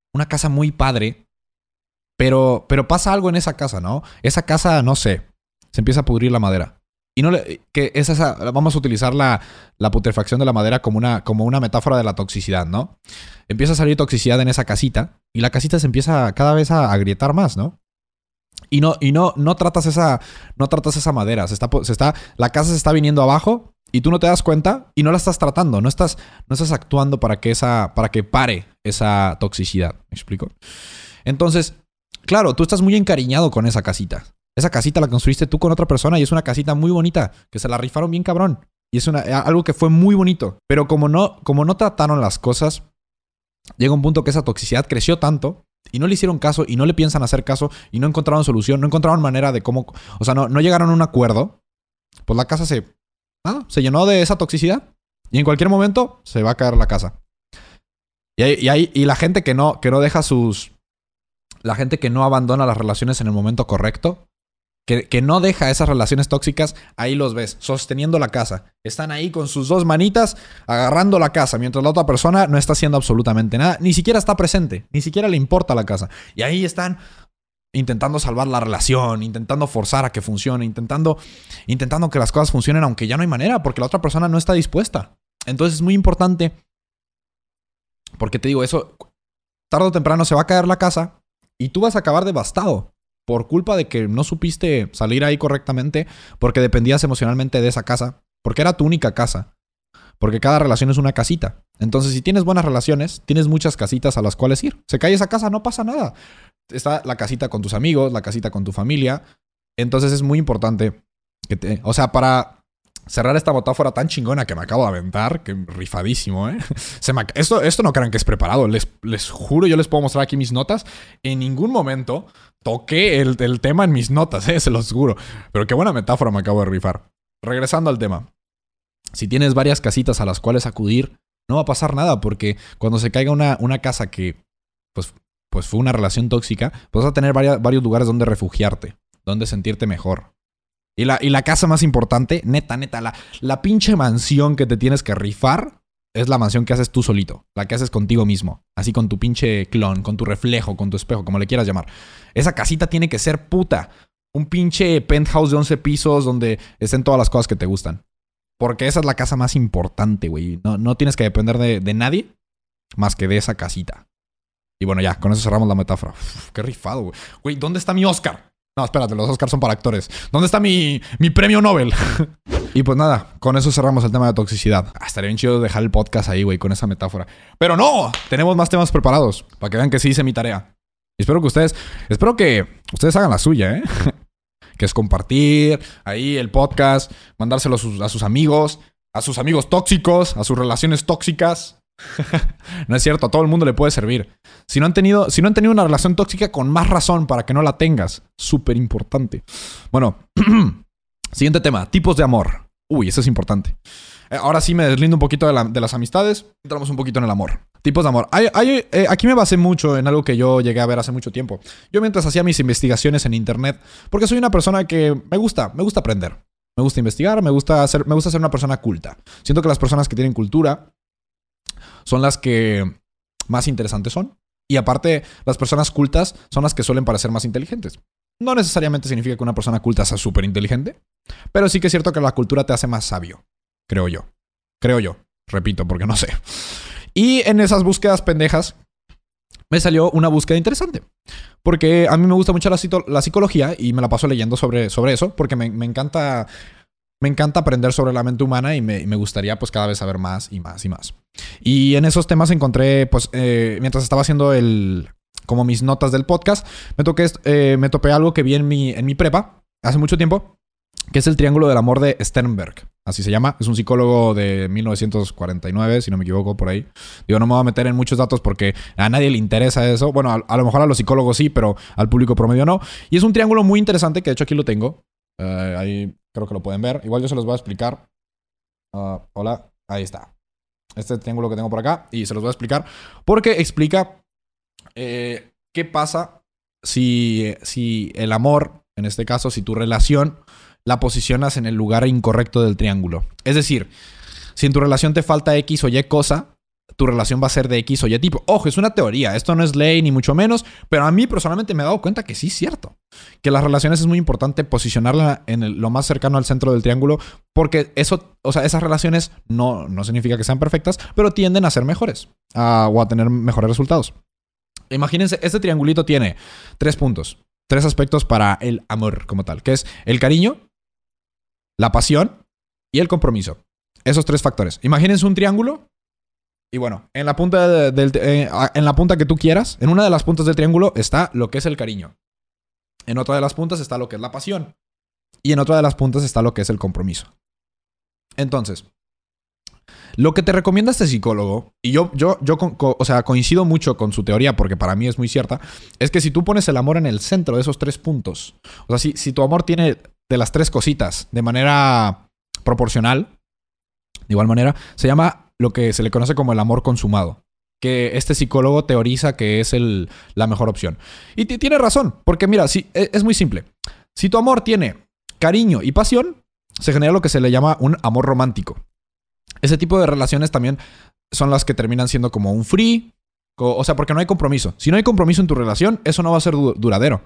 una casa muy padre, pero pasa algo en esa casa, ¿no? Esa casa, no sé, se empieza a pudrir la madera. Y no le, que es esa, vamos a utilizar la putrefacción de la madera como una metáfora de la toxicidad, ¿no? Empieza a salir toxicidad en esa casita y la casita se empieza cada vez a agrietar más, ¿no? Y no tratas esa madera. La casa se está viniendo abajo y tú no te das cuenta y no la estás tratando. No estás actuando para que pare esa toxicidad. ¿Me explico? Entonces, claro, tú estás muy encariñado con esa casita. Esa casita la construiste tú con otra persona y es una casita muy bonita, que se la rifaron bien cabrón. Y es algo que fue muy bonito. Pero como no trataron las cosas, llega un punto que esa toxicidad creció tanto y no le hicieron caso y no le piensan hacer caso y no encontraron solución, no encontraron manera de cómo... O sea, no llegaron a un acuerdo. Pues la casa se llenó de esa toxicidad y en cualquier momento se va a caer la casa. Y la gente que no deja sus... La gente que no abandona las relaciones en el momento correcto, que no deja esas relaciones tóxicas, ahí los ves, sosteniendo la casa. Están ahí con sus dos manitas agarrando la casa, mientras la otra persona no está haciendo absolutamente nada, ni siquiera está presente, ni siquiera le importa la casa. Y ahí están intentando salvar la relación, intentando forzar a que funcione, intentando que las cosas funcionen, aunque ya no hay manera, porque la otra persona no está dispuesta. Entonces es muy importante, porque te digo, eso tarde o temprano se va a caer la casa y tú vas a acabar devastado. Por culpa de que no supiste salir ahí correctamente, porque dependías emocionalmente de esa casa, porque era tu única casa, porque cada relación es una casita. Entonces, si tienes buenas relaciones, tienes muchas casitas a las cuales ir. Se cae esa casa, no pasa nada. Está la casita con tus amigos, la casita con tu familia. Entonces, es muy importante o sea, para cerrar esta metáfora tan chingona que me acabo de aventar, que rifadísimo, ¿eh? Esto no crean que es preparado. Les juro, yo les puedo mostrar aquí mis notas. En ningún momento toqué el tema en mis notas, se los juro. Pero qué buena metáfora me acabo de rifar. Regresando al tema. Si tienes varias casitas a las cuales acudir, no va a pasar nada, porque cuando se caiga una casa que pues fue una relación tóxica, pues vas a tener varios lugares donde refugiarte, donde sentirte mejor. Y la casa más importante, neta, la pinche mansión que te tienes que rifar es la mansión que haces tú solito. La que haces contigo mismo. Así con tu pinche clon, con tu reflejo, con tu espejo, como le quieras llamar. Esa casita tiene que ser puta. Un pinche penthouse de 11 pisos donde estén todas las cosas que te gustan. Porque esa es la casa más importante, güey. No tienes que depender de nadie más que de esa casita. Y bueno, ya, con eso cerramos la metáfora. Uf, qué rifado, güey. Güey, ¿dónde está mi Oscar? No, espérate, los Oscars son para actores. ¿Dónde está mi premio Nobel? Y pues nada, con eso cerramos el tema de toxicidad. Estaría bien chido dejar el podcast ahí, güey, con esa metáfora. Pero no, tenemos más temas preparados para que vean que sí hice mi tarea. Y espero que ustedes hagan la suya, ¿eh? Que es compartir ahí el podcast, mandárselo a sus amigos tóxicos, a sus relaciones tóxicas. No es cierto, a todo el mundo le puede servir. Si no han tenido una relación tóxica, con más razón para que no la tengas. Súper importante. Bueno, siguiente tema, tipos de amor. Uy, eso es importante. Ahora sí me deslindo un poquito de las amistades. Entramos un poquito en el amor. Tipos de amor. Aquí me basé mucho en algo que yo llegué a ver hace mucho tiempo. Yo mientras hacía mis investigaciones en internet, porque soy una persona que me gusta aprender. Me gusta investigar, me gusta ser una persona culta. Siento que las personas que tienen cultura son las que más interesantes son. Y aparte, las personas cultas son las que suelen parecer más inteligentes. No necesariamente significa que una persona culta sea súper inteligente, pero sí que es cierto que la cultura te hace más sabio. Creo yo. Repito, porque no sé. Y en esas búsquedas pendejas me salió una búsqueda interesante. Porque a mí me gusta mucho la psicología y me la paso leyendo sobre eso, porque me encanta aprender sobre la mente humana y me gustaría pues cada vez saber más y más y más. Y en esos temas encontré, pues, mientras estaba haciendo como mis notas del podcast, me topé algo que vi en mi prepa hace mucho tiempo, que es el triángulo del amor de Sternberg. Así se llama. Es un psicólogo de 1949, si no me equivoco, por ahí. Digo, no me voy a meter en muchos datos porque a nadie le interesa eso. Bueno, a lo mejor a los psicólogos sí, pero al público promedio no. Y es un triángulo muy interesante, que de hecho aquí lo tengo. Ahí creo que lo pueden ver. Igual yo se los voy a explicar. Hola, ahí está. Este triángulo que tengo por acá. Y se los voy a explicar. Porque explica qué pasa si el amor, en este caso, si tu relación la posicionas en el lugar incorrecto del triángulo. Es decir, si en tu relación te falta X o Y cosa, tu relación va a ser de X o Y tipo. Ojo, es una teoría, esto no es ley ni mucho menos, pero a mí personalmente me he dado cuenta que sí es cierto. Que las relaciones es muy importante posicionarla en lo más cercano al centro del triángulo, porque eso, o sea, esas relaciones no significa que sean perfectas, pero tienden a ser mejores o a tener mejores resultados. Imagínense, este triangulito tiene 3 puntos, 3 aspectos para el amor como tal, que es el cariño, la pasión y el compromiso. Esos 3 factores. Imagínense un triángulo y bueno, en la punta en la punta que tú quieras, en una de las puntas del triángulo está lo que es el cariño. En otra de las puntas está lo que es la pasión. Y en otra de las puntas está lo que es el compromiso. Entonces, lo que te recomienda este psicólogo, y yo o sea, coincido mucho con su teoría porque para mí es muy cierta, es que si tú pones el amor en el centro de esos 3 puntos, o sea, si tu amor tiene de las 3 cositas de manera proporcional, de igual manera, se llama lo que se le conoce como el amor consumado, que este psicólogo teoriza que es la mejor opción. Y tiene razón, porque mira, es muy simple. Si tu amor tiene cariño y pasión, se genera lo que se le llama un amor romántico. Ese tipo de relaciones también son las que terminan siendo como un free, o sea, porque no hay compromiso. Si no hay compromiso en tu relación, eso no va a ser duradero.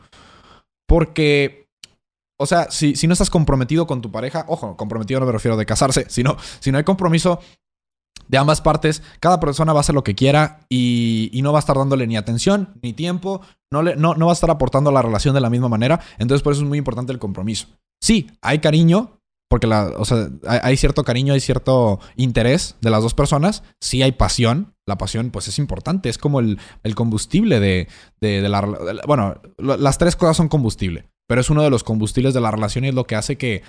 Porque, o sea, si no estás comprometido con tu pareja, ojo, comprometido no me refiero de casarse, sino si no hay compromiso de ambas partes, cada persona va a hacer lo que quiera y no va a estar dándole ni atención, ni tiempo, no va a estar aportando a la relación de la misma manera. Entonces, por eso es muy importante el compromiso. Sí, hay cariño, porque o sea, hay cierto cariño, hay cierto interés de las dos personas. Sí hay pasión. La pasión, pues, es importante. Es como el combustible de la... Bueno, las 3 cosas son combustible. Pero es uno de los combustibles de la relación y es lo que hace que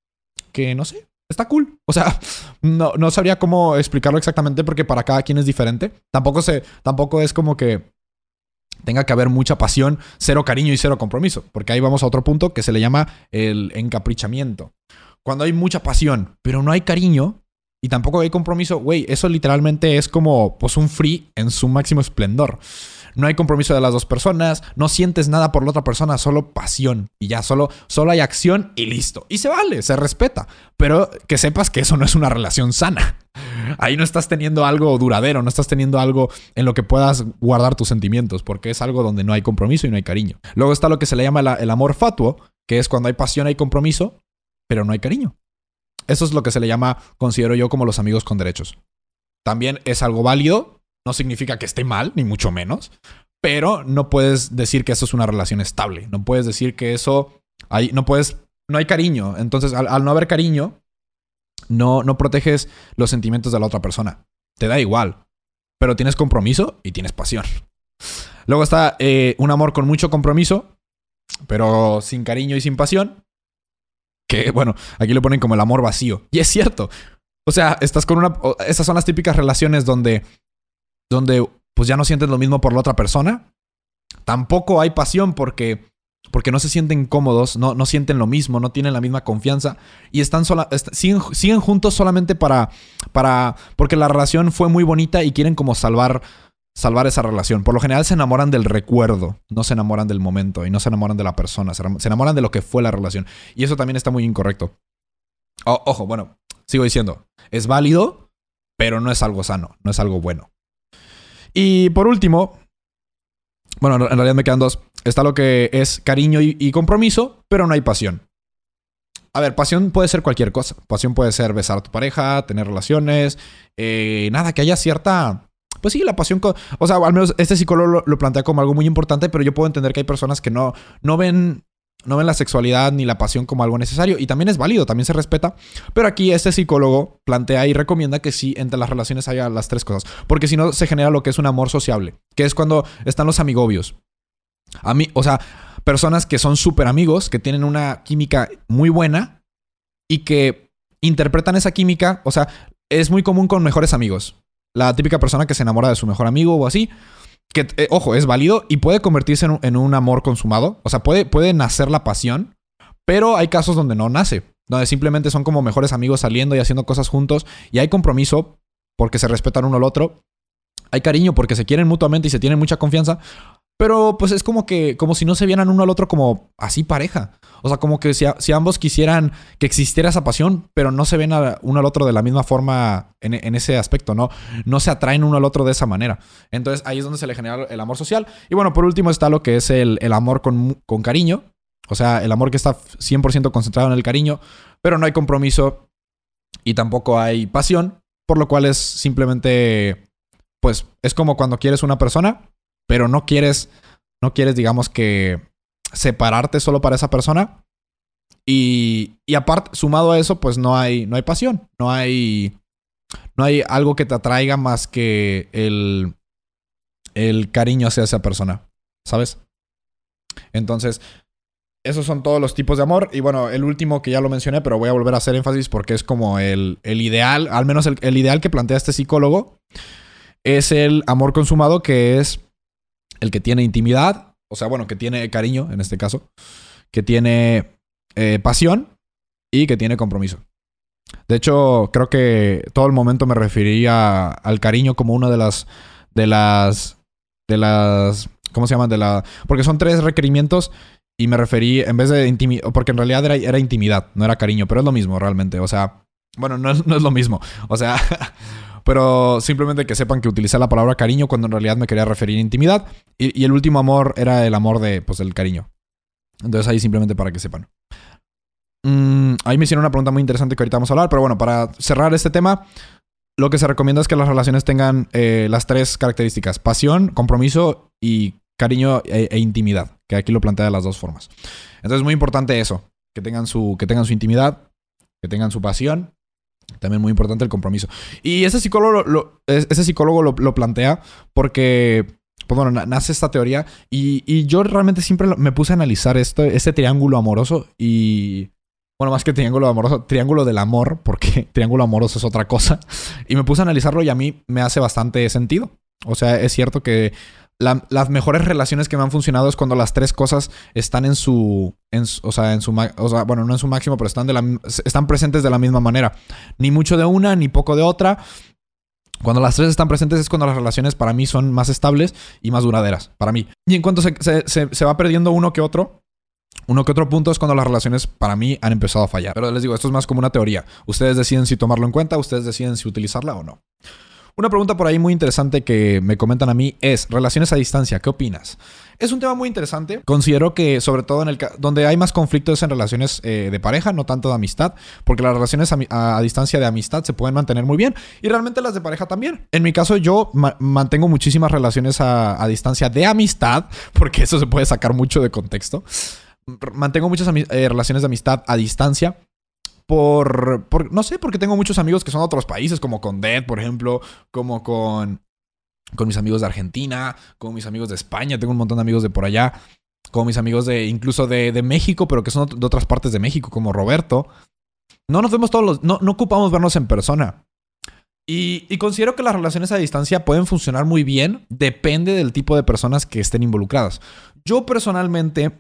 no sé, está cool. O sea, no sabría cómo explicarlo exactamente porque para cada quien es diferente. Tampoco es como que tenga que haber mucha pasión, 0 cariño y 0 compromiso. Porque ahí vamos a otro punto que se le llama el encaprichamiento. Cuando hay mucha pasión, pero no hay cariño y tampoco hay compromiso, güey, eso literalmente es como pues un free en su máximo esplendor. No hay compromiso de las dos personas, no sientes nada por la otra persona, solo pasión. Y ya, solo hay acción y listo. Y se vale, se respeta. Pero que sepas que eso no es una relación sana. Ahí no estás teniendo algo duradero, no estás teniendo algo en lo que puedas guardar tus sentimientos, porque es algo donde no hay compromiso y no hay cariño. Luego está lo que se le llama el amor fatuo, que es cuando hay pasión, hay compromiso, pero no hay cariño. Eso es lo que se le llama, considero yo, como los amigos con derechos. También es algo válido, no significa que esté mal, ni mucho menos, pero no puedes decir que eso es una relación estable. No puedes decir que eso... no hay cariño. Entonces, al no haber cariño, no proteges los sentimientos de la otra persona. Te da igual, pero tienes compromiso y tienes pasión. Luego está un amor con mucho compromiso, pero sin cariño y sin pasión. Que, bueno, aquí lo ponen como el amor vacío. Y es cierto. O sea, estás con esas son las típicas relaciones donde pues ya no sientes lo mismo por la otra persona. Tampoco hay pasión porque no se sienten cómodos, no sienten lo mismo, no tienen la misma confianza. Y siguen juntos solamente porque la relación fue muy bonita y quieren como salvar esa relación. Por lo general se enamoran del recuerdo, no se enamoran del momento y no se enamoran de la persona, se enamoran de lo que fue la relación. Y eso también está muy incorrecto. Ojo, bueno, sigo diciendo, es válido, pero no es algo sano, no es algo bueno. Y por último, bueno, en realidad me quedan 2. Está lo que es cariño y compromiso, pero no hay pasión. A ver, pasión puede ser cualquier cosa. Pasión puede ser besar a tu pareja, tener relaciones, nada, que haya cierta... Pues sí, la pasión... O sea, al menos este psicólogo lo plantea como algo muy importante, pero yo puedo entender que hay personas que no ven la sexualidad ni la pasión como algo necesario. Y también es válido, también se respeta. Pero aquí este psicólogo plantea y recomienda que sí, entre las relaciones haya las 3 cosas. Porque si no, se genera lo que es un amor sociable. Que es cuando están los amigobios. O sea, personas que son súper amigos, que tienen una química muy buena y que interpretan esa química. O sea, es muy común con mejores amigos. La típica persona que se enamora de su mejor amigo o así. Que, ojo, es válido y puede convertirse en un amor consumado. O sea, puede nacer la pasión, pero hay casos donde no nace. Donde simplemente son como mejores amigos saliendo y haciendo cosas juntos. Y hay compromiso porque se respetan uno al otro. Hay cariño porque se quieren mutuamente y se tienen mucha confianza. Pero pues es como que, como si no se vieran uno al otro como así pareja. O sea, como que si ambos quisieran que existiera esa pasión, pero no se ven uno al otro de la misma forma en ese aspecto, ¿no? No se atraen uno al otro de esa manera. Entonces ahí es donde se le genera el amor social. Y bueno, por último está lo que es el amor con cariño. O sea, el amor que está 100% concentrado en el cariño, pero no hay compromiso y tampoco hay pasión, por lo cual es simplemente, pues, es como cuando quieres una persona, pero no quieres, digamos que, separarte solo para esa persona. Y aparte, sumado a eso, pues no hay pasión. No hay algo que te atraiga más que el cariño hacia esa persona. ¿Sabes? Entonces, esos son todos los tipos de amor. Y bueno, el último que ya lo mencioné, pero voy a volver a hacer énfasis porque es como el ideal, al menos el ideal que plantea este psicólogo, es el amor consumado, que es el que tiene intimidad, o sea, bueno, que tiene cariño en este caso, que tiene pasión y que tiene compromiso. De hecho, creo que todo el momento me refería al cariño como una de las, ¿cómo se llaman? Porque son 3 requerimientos y me referí, en vez de intimidad, porque en realidad era intimidad, no era cariño, pero es lo mismo realmente, o sea, bueno, no es lo mismo, o sea, pero simplemente que sepan que utilicé la palabra cariño cuando en realidad me quería referir a intimidad y el último amor era el amor del cariño. Entonces ahí simplemente para que sepan. Ahí me hicieron una pregunta muy interesante que ahorita vamos a hablar, pero bueno, para cerrar este tema, lo que se recomienda es que las relaciones tengan las 3 características: pasión, compromiso y cariño e intimidad, que aquí lo plantea de las 2 formas. Entonces es muy importante eso, que tengan su intimidad, que tengan su pasión, también muy importante el compromiso. Y ese psicólogo lo plantea porque, pues bueno, nace esta teoría y yo realmente siempre me puse a analizar este triángulo amoroso y... Bueno, más que triángulo amoroso, triángulo del amor, porque triángulo amoroso es otra cosa. Y me puse a analizarlo y a mí me hace bastante sentido. O sea, es cierto que las mejores relaciones que me han funcionado es cuando las 3 cosas están bueno, no en su máximo, pero están presentes de la misma manera. Ni mucho de una, ni poco de otra. Cuando las 3 están presentes es cuando las relaciones para mí son más estables y más duraderas, para mí. Y en cuanto se va perdiendo uno que otro punto es cuando las relaciones para mí han empezado a fallar. Pero les digo, esto es más como una teoría. Ustedes deciden si tomarlo en cuenta, ustedes deciden si utilizarla o no. Una pregunta por ahí muy interesante que me comentan a mí es: relaciones a distancia, ¿qué opinas? Es un tema muy interesante. Considero que sobre todo donde hay más conflictos en relaciones de pareja, no tanto de amistad, porque las relaciones a distancia de amistad se pueden mantener muy bien y realmente las de pareja también. En mi caso yo mantengo muchísimas relaciones a distancia de amistad, porque eso se puede sacar mucho de contexto. Mantengo muchas relaciones de amistad a distancia no sé, porque tengo muchos amigos que son de otros países, como con Dead, por ejemplo, como con mis amigos de Argentina, con mis amigos de España, tengo un montón de amigos de por allá, con mis amigos incluso de México, pero que son de otras partes de México, como Roberto. No nos vemos no ocupamos vernos en persona. Y considero que las relaciones a distancia pueden funcionar muy bien, depende del tipo de personas que estén involucradas. Yo personalmente...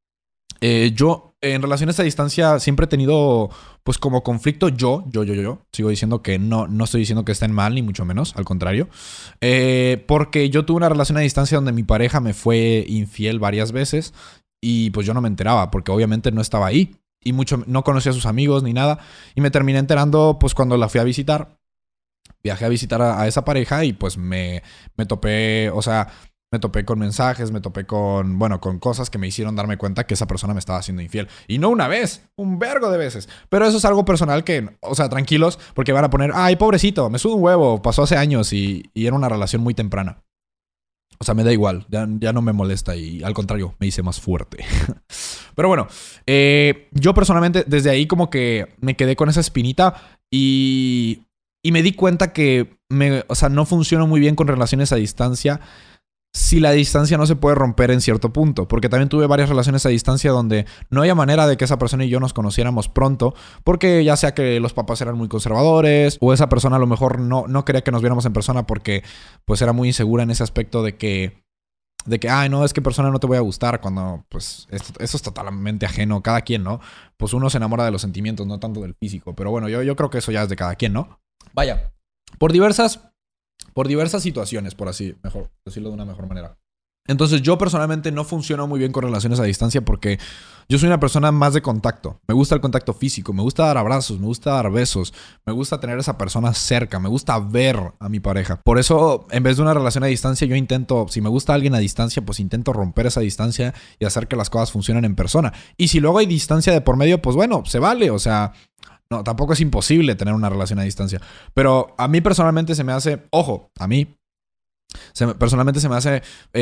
Yo en relaciones a distancia siempre he tenido pues como conflicto yo. Sigo diciendo que no estoy diciendo que estén mal, ni mucho menos, al contrario. Porque yo tuve una relación a distancia donde mi pareja me fue infiel varias veces y pues yo no me enteraba porque obviamente no estaba ahí y no conocía a sus amigos ni nada. Y me terminé enterando pues cuando la fui a visitar. Viajé a visitar a esa pareja y pues me topé, o sea... Me topé con mensajes, me topé con cosas que me hicieron darme cuenta que esa persona me estaba haciendo infiel. Y no una vez, un vergo de veces. Pero eso es algo personal que, o sea, tranquilos, porque van a poner, ay, pobrecito, me suda un huevo, pasó hace años y era una relación muy temprana. O sea, me da igual, ya no me molesta y al contrario, me hice más fuerte. Pero bueno, yo personalmente desde ahí como que me quedé con esa espinita y me di cuenta que no funciono muy bien con relaciones a distancia si la distancia no se puede romper en cierto punto. Porque también tuve varias relaciones a distancia donde no había manera de que esa persona y yo nos conociéramos pronto, porque ya sea que los papás eran muy conservadores o esa persona a lo mejor no quería que nos viéramos en persona porque pues era muy insegura en ese aspecto de que ay, no, es que persona no te voy a gustar, cuando pues eso es totalmente ajeno, cada quien, ¿no? Pues uno se enamora de los sentimientos, no tanto del físico. Pero bueno, yo creo que eso ya es de cada quien, ¿no? Vaya, por diversas situaciones, por así decirlo de una mejor manera. Entonces yo personalmente no funciono muy bien con relaciones a distancia porque yo soy una persona más de contacto. Me gusta el contacto físico, me gusta dar abrazos, me gusta dar besos, me gusta tener a esa persona cerca, me gusta ver a mi pareja. Por eso, en vez de una relación a distancia, yo intento, si me gusta alguien a distancia, pues intento romper esa distancia y hacer que las cosas funcionen en persona. Y si luego hay distancia de por medio, pues bueno, se vale, o sea... No, tampoco es imposible tener una relación a distancia. Pero a mí personalmente se me hace... Ojo, a mí... personalmente se me hace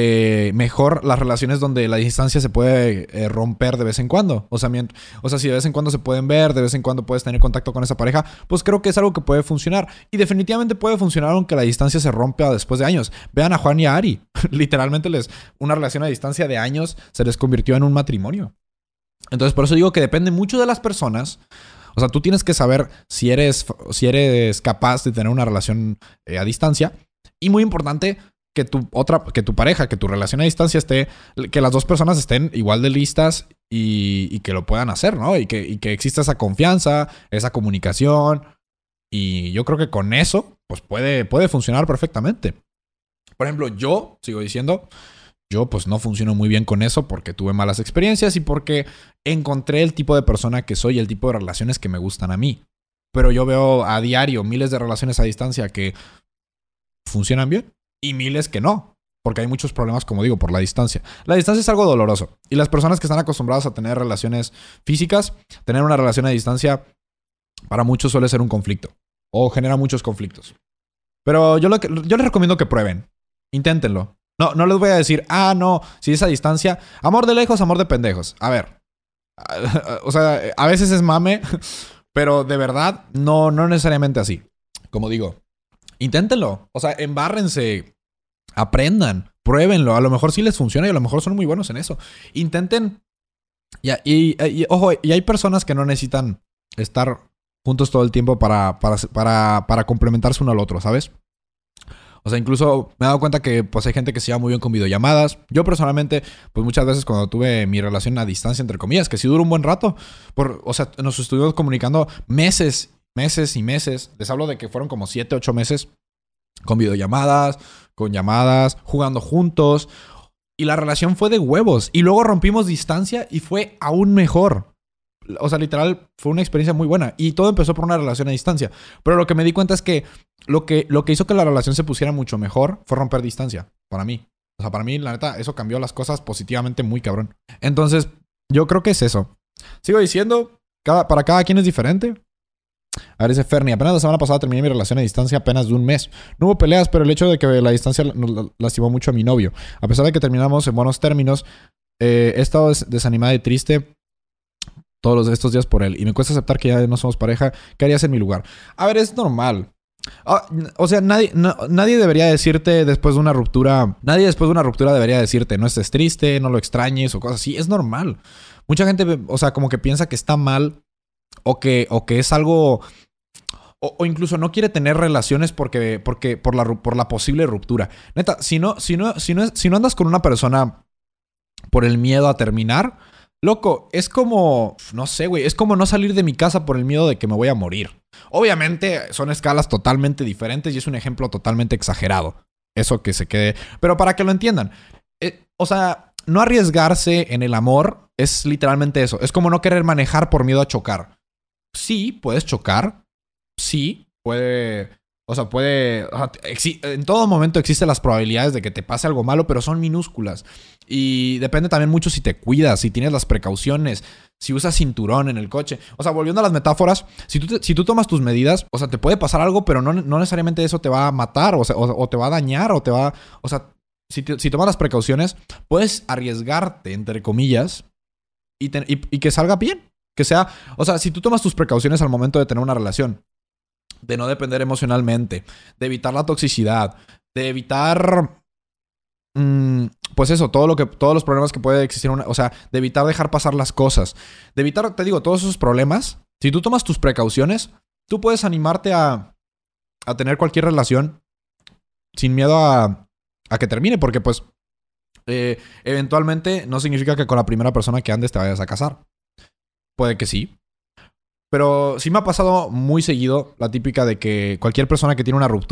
mejor las relaciones donde la distancia se puede romper de vez en cuando. O sea, si de vez en cuando se pueden ver, de vez en cuando puedes tener contacto con esa pareja, pues creo que es algo que puede funcionar. Y definitivamente puede funcionar aunque la distancia se rompa después de años. Vean a Juan y a Ari. Literalmente una relación a distancia de años se les convirtió en un matrimonio. Entonces por eso digo que depende mucho de las personas. O sea, tú tienes que saber si eres capaz de tener una relación a distancia. Y muy importante que tu pareja, que tu relación a distancia que las dos personas estén igual de listas y que lo puedan hacer, ¿no? Y que exista esa confianza, esa comunicación. Y yo creo que con eso, pues puede funcionar perfectamente. Por ejemplo, yo sigo diciendo, yo pues no funciono muy bien con eso porque tuve malas experiencias y porque encontré el tipo de persona que soy, el tipo de relaciones que me gustan a mí. Pero yo veo a diario miles de relaciones a distancia que funcionan bien y miles que no. Porque hay muchos problemas, como digo, por la distancia. La distancia es algo doloroso. Y las personas que están acostumbradas a tener relaciones físicas, tener una relación a distancia, para muchos suele ser un conflicto. O genera muchos conflictos. Pero yo les recomiendo que prueben. Inténtenlo. No les voy a decir, no, si es a distancia, amor de lejos, amor de pendejos. A ver. O sea, a veces es mame, pero de verdad, no necesariamente así. Como digo, inténtenlo. O sea, embárrense, aprendan, pruébenlo. A lo mejor sí les funciona y a lo mejor son muy buenos en eso. Intenten. Ojo, y hay personas que no necesitan estar juntos todo el tiempo para complementarse uno al otro, ¿sabes? O sea, incluso me he dado cuenta que pues hay gente que se lleva muy bien con videollamadas. Yo personalmente, pues muchas veces cuando tuve mi relación a distancia, entre comillas, que sí duró un buen rato, o sea, nos estuvimos comunicando meses y meses. Les hablo de que fueron como 7, 8 meses con videollamadas, con llamadas, jugando juntos. Y la relación fue de huevos. Y luego rompimos distancia y fue aún mejor. O sea, literal, fue una experiencia muy buena. Y todo empezó por una relación a distancia. Pero lo que me di cuenta es que lo que hizo que la relación se pusiera mucho mejor fue romper distancia. Para mí. O sea, para mí, la neta, eso cambió las cosas positivamente muy cabrón. Entonces, yo creo que es eso. Sigo diciendo, para cada quien es diferente. A ver, dice Fernie, apenas la semana pasada terminé mi relación a distancia apenas de un mes. No hubo peleas, pero el hecho de que la distancia nos lastimó mucho a mi novio. A pesar de que terminamos en buenos términos, he estado desanimada y triste todos estos días por él. Y me cuesta aceptar que ya no somos pareja. ¿Qué harías en mi lugar? A ver, es normal. O sea, nadie debería decirte después de una ruptura. Nadie después de una ruptura debería decirte no estés triste, no lo extrañes o cosas así. Es normal. Mucha gente, o sea, como que piensa que está mal o que es algo. O incluso no quiere tener relaciones porque por la posible ruptura. Neta, si no andas con una persona por el miedo a terminar, loco, es como, no sé, güey, es como no salir de mi casa por el miedo de que me voy a morir. Obviamente son escalas totalmente diferentes y es un ejemplo totalmente exagerado. Eso que se quede. Pero para que lo entiendan, o sea, no arriesgarse en el amor es literalmente eso. Es como no querer manejar por miedo a chocar. Sí, puedes chocar. Sí, puede. O sea, en todo momento existen las probabilidades de que te pase algo malo, pero son minúsculas. Y depende también mucho si te cuidas, si tienes las precauciones, si usas cinturón en el coche. O sea, volviendo a las metáforas, si tú tomas tus medidas, o sea, te puede pasar algo, pero no necesariamente eso te va a matar, o sea, o te va a dañar, o te va. O sea, si tomas las precauciones, puedes arriesgarte, entre comillas, y que salga bien. Que sea. O sea, si tú tomas tus precauciones al momento de tener una relación, de no depender emocionalmente, de evitar la toxicidad, de evitar, pues eso, todos los problemas que puede existir, o sea, de evitar dejar pasar las cosas, de evitar, te digo, todos esos problemas. Si tú tomas tus precauciones, tú puedes animarte a tener cualquier relación sin miedo a que termine, porque pues eventualmente no significa que con la primera persona que andes te vayas a casar. Puede que sí. Pero sí me ha pasado muy seguido la típica de que cualquier persona que tiene una ruptura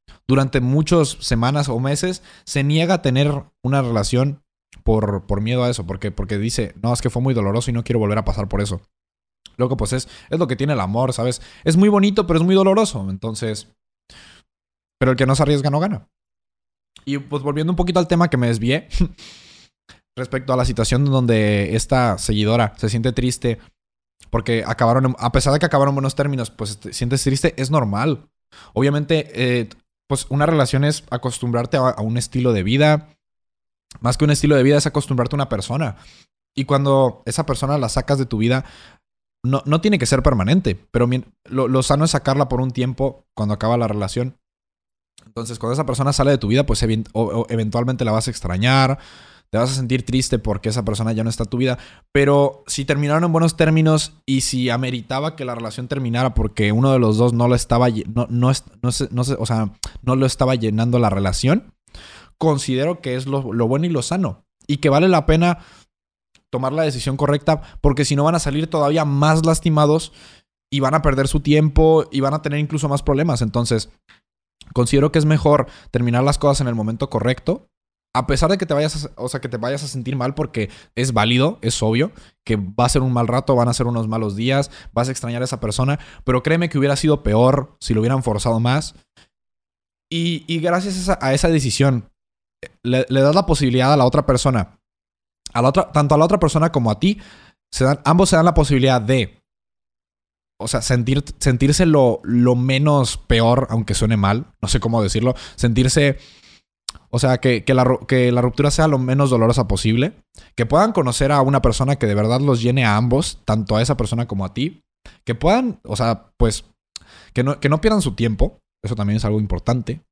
durante muchas semanas o meses se niega a tener una relación por miedo a eso. Porque dice, no, es que fue muy doloroso y no quiero volver a pasar por eso. Loco, pues es lo que tiene el amor, ¿sabes? Es muy bonito, pero es muy doloroso. Entonces, pero el que no se arriesga no gana. Y pues volviendo un poquito al tema que me desvié, respecto a la situación donde esta seguidora se siente triste porque a pesar de que acabaron en buenos términos, pues te sientes triste, es normal. Obviamente, pues una relación es acostumbrarte a un estilo de vida. Más que un estilo de vida es acostumbrarte a una persona. Y cuando esa persona la sacas de tu vida, no tiene que ser permanente, pero lo sano es sacarla por un tiempo cuando acaba la relación. Entonces, cuando esa persona sale de tu vida, pues eventualmente la vas a extrañar, te vas a sentir triste porque esa persona ya no está en tu vida. Pero si terminaron en buenos términos y si ameritaba que la relación terminara porque uno de los dos no lo estaba, o sea, no lo estaba llenando la relación, considero que es lo bueno y lo sano. Y que vale la pena tomar la decisión correcta, porque si no van a salir todavía más lastimados y van a perder su tiempo y van a tener incluso más problemas. Entonces, considero que es mejor terminar las cosas en el momento correcto, a pesar de que te vayas a sentir mal, porque es válido, es obvio que va a ser un mal rato, van a ser unos malos días, vas a extrañar a esa persona, pero créeme que hubiera sido peor si lo hubieran forzado más. Y gracias a esa decisión, le das la posibilidad a la otra persona, tanto a la otra persona como a ti, ambos se dan la posibilidad de, o sea, sentirse lo menos peor, aunque suene mal, no sé cómo decirlo, sentirse, o sea, que la ruptura sea lo menos dolorosa posible, que puedan conocer a una persona que de verdad los llene a ambos, tanto a esa persona como a ti, que puedan, o sea, pues, que no pierdan su tiempo, eso también es algo importante.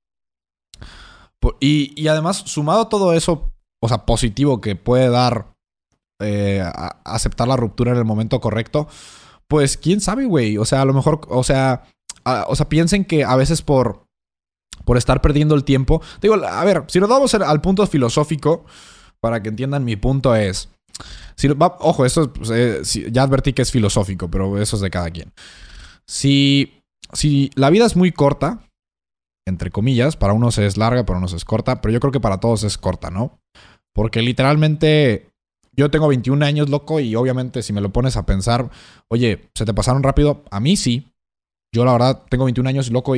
Y además, sumado a todo eso, o sea, positivo que puede dar aceptar la ruptura en el momento correcto, pues quién sabe, güey. O sea, a lo mejor, o sea, piensen que a veces por estar perdiendo el tiempo. Digo, a ver, si nos vamos al punto filosófico, para que entiendan mi punto es... ojo, esto ya advertí que es filosófico, pero eso es de cada quien. Si la vida es muy corta, entre comillas, para unos es larga, para unos es corta, pero yo creo que para todos es corta, ¿no? Porque literalmente yo tengo 21 años, loco, y obviamente si me lo pones a pensar, oye, ¿se te pasaron rápido? A mí sí. Yo la verdad tengo 21 años, loco,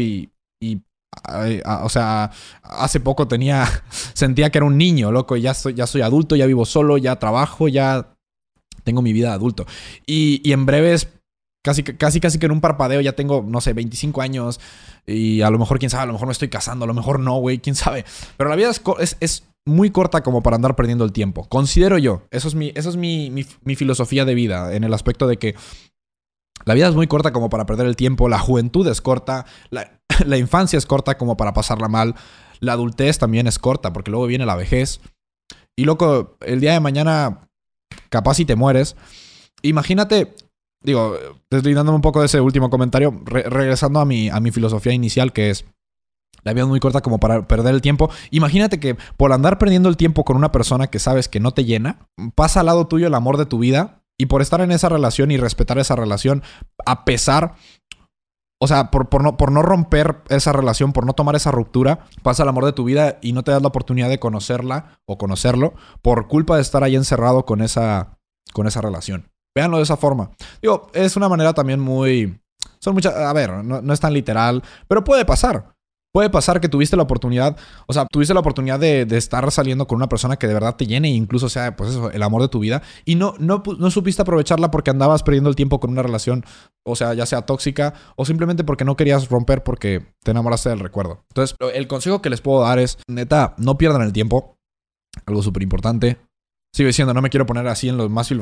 o sea, hace poco sentía que era un niño, loco, y ya soy adulto, ya vivo solo, ya trabajo, ya tengo mi vida de adulto. Y en breves, casi que en un parpadeo ya tengo, no sé, 25 años, y a lo mejor, quién sabe, a lo mejor me estoy casando, a lo mejor no, güey, quién sabe. Pero la vida es muy corta como para andar perdiendo el tiempo. Considero yo. Eso es mi filosofía de vida, en el aspecto de que la vida es muy corta como para perder el tiempo, la juventud es corta, la infancia es corta como para pasarla mal, la adultez también es corta porque luego viene la vejez. Y loco, el día de mañana capaz si te mueres. Imagínate, digo, deslindándome un poco de ese último comentario, regresando a mi filosofía inicial, que es la vida es muy corta como para perder el tiempo. Imagínate que por andar perdiendo el tiempo con una persona que sabes que no te llena, pasa al lado tuyo el amor de tu vida. Y por estar en esa relación y respetar esa relación, a pesar, o sea, por no romper esa relación, por no tomar esa ruptura, pasa el amor de tu vida y no te das la oportunidad de conocerla o conocerlo por culpa de estar ahí encerrado con esa relación. Véanlo de esa forma. Digo, es una manera también son muchas, a ver, no es tan literal, pero puede pasar. Puede pasar que tuviste la oportunidad, o sea, de estar saliendo con una persona que de verdad te llene e incluso sea, pues eso, el amor de tu vida, y no supiste aprovecharla porque andabas perdiendo el tiempo con una relación, o sea, ya sea tóxica o simplemente porque no querías romper porque te enamoraste del recuerdo. Entonces, el consejo que les puedo dar es, neta, no pierdan el tiempo. Algo súper importante. Sigo diciendo, no me quiero poner así en lo más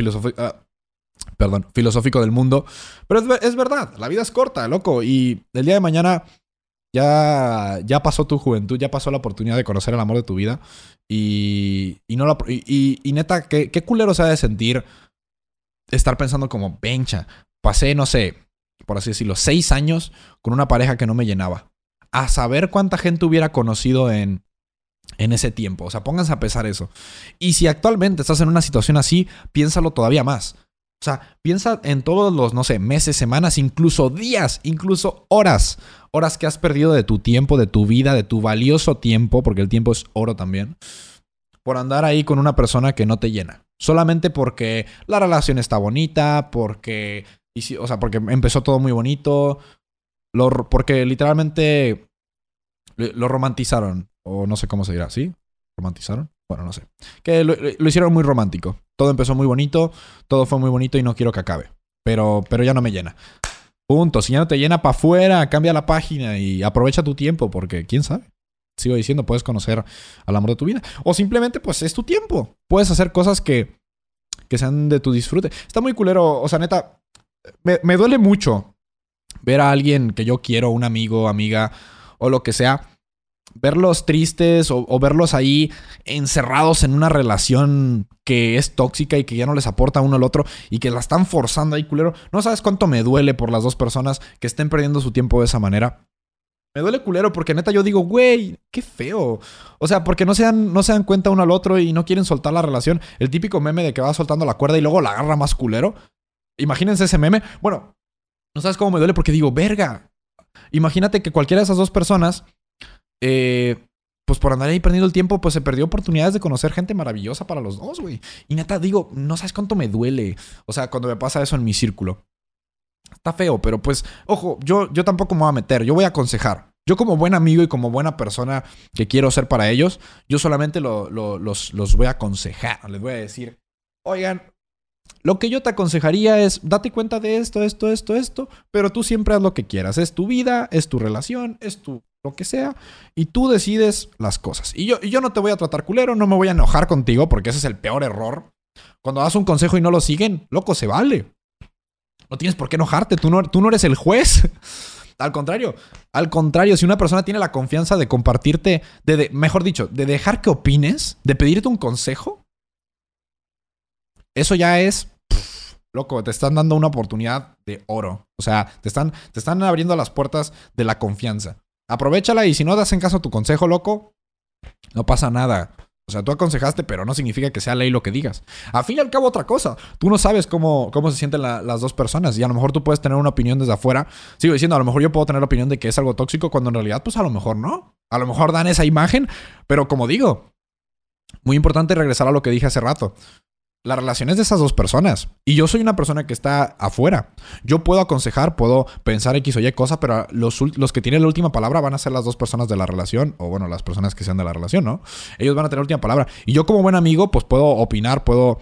filosófico del mundo, pero es verdad, la vida es corta, loco, y el día de mañana ya pasó tu juventud, ya pasó la oportunidad de conocer el amor de tu vida y neta, qué culero se ha de sentir estar pensando como, vencha, pasé, no sé, por así decirlo, 6 años con una pareja que no me llenaba. A saber cuánta gente hubiera conocido en ese tiempo. O sea, pónganse a pensar eso. Y si actualmente estás en una situación así, piénsalo todavía más. O sea, piensa en todos los, no sé, meses, semanas, incluso días, incluso horas. Horas que has perdido de tu tiempo, de tu vida, de tu valioso tiempo, porque el tiempo es oro también, por andar ahí con una persona que no te llena. Solamente porque la relación está bonita, porque, o sea, porque empezó todo muy bonito, porque literalmente lo romantizaron, o no sé cómo se dirá, ¿sí? ¿Romantizaron? Bueno, no sé. Que lo hicieron muy romántico. Todo empezó muy bonito, todo fue muy bonito y no quiero que acabe. Pero ya no me llena. Punto. Si ya no te llena, para afuera, cambia la página y aprovecha tu tiempo, porque quién sabe. Sigo diciendo, puedes conocer al amor de tu vida. O simplemente, pues, es tu tiempo. Puedes hacer cosas que sean de tu disfrute. Está muy culero. O sea, neta, me duele mucho ver a alguien que yo quiero, un amigo, amiga, o lo que sea, verlos tristes o verlos ahí encerrados en una relación que es tóxica y que ya no les aporta uno al otro y que la están forzando ahí, culero. No sabes cuánto me duele por las dos personas que estén perdiendo su tiempo de esa manera. Me duele culero porque neta yo digo, güey, qué feo. O sea, porque no se dan cuenta uno al otro y no quieren soltar la relación. El típico meme de que va soltando la cuerda y luego la agarra más culero. Imagínense ese meme. Bueno, no sabes cómo me duele porque digo, verga. Imagínate que cualquiera de esas dos personas, pues por andar ahí perdiendo el tiempo, pues se perdió oportunidades de conocer gente maravillosa para los dos, güey. Y neta digo, no sabes cuánto me duele. O sea, cuando me pasa eso en mi círculo. Está feo, pero pues, ojo, yo tampoco me voy a meter, yo voy a aconsejar. Yo como buen amigo y como buena persona que quiero ser para ellos, yo solamente los voy a aconsejar. Les voy a decir, oigan, lo que yo te aconsejaría es, date cuenta de esto, pero tú siempre haz lo que quieras. Es tu vida, es tu relación, es tu lo que sea, y tú decides las cosas. Y yo no te voy a tratar culero, no me voy a enojar contigo, porque ese es el peor error. Cuando das un consejo y no lo siguen, loco, se vale. No tienes por qué enojarte, tú no eres el juez. Al contrario, si una persona tiene la confianza de compartirte, mejor dicho, de dejar que opines, de pedirte un consejo, eso ya es, loco, te están dando una oportunidad de oro. O sea, te están abriendo las puertas de la confianza. Aprovechala y si no das en caso a tu consejo, loco, no pasa nada. O sea, tú aconsejaste, pero no significa que sea ley lo que digas. Al fin y al cabo, otra cosa. Tú no sabes cómo se sienten las dos personas. Y a lo mejor tú puedes tener una opinión desde afuera. Sigo diciendo, a lo mejor yo puedo tener la opinión de que es algo tóxico, cuando en realidad, pues a lo mejor no. A lo mejor dan esa imagen. Pero como digo, muy importante regresar a lo que dije hace rato. La relación es de esas dos personas. Y yo soy una persona que está afuera. Yo puedo aconsejar, puedo pensar X o Y cosa, pero los que tienen la última palabra van a ser las dos personas de la relación. O bueno, las personas que sean de la relación, ¿no? Ellos van a tener la última palabra. Y yo como buen amigo, pues puedo opinar, puedo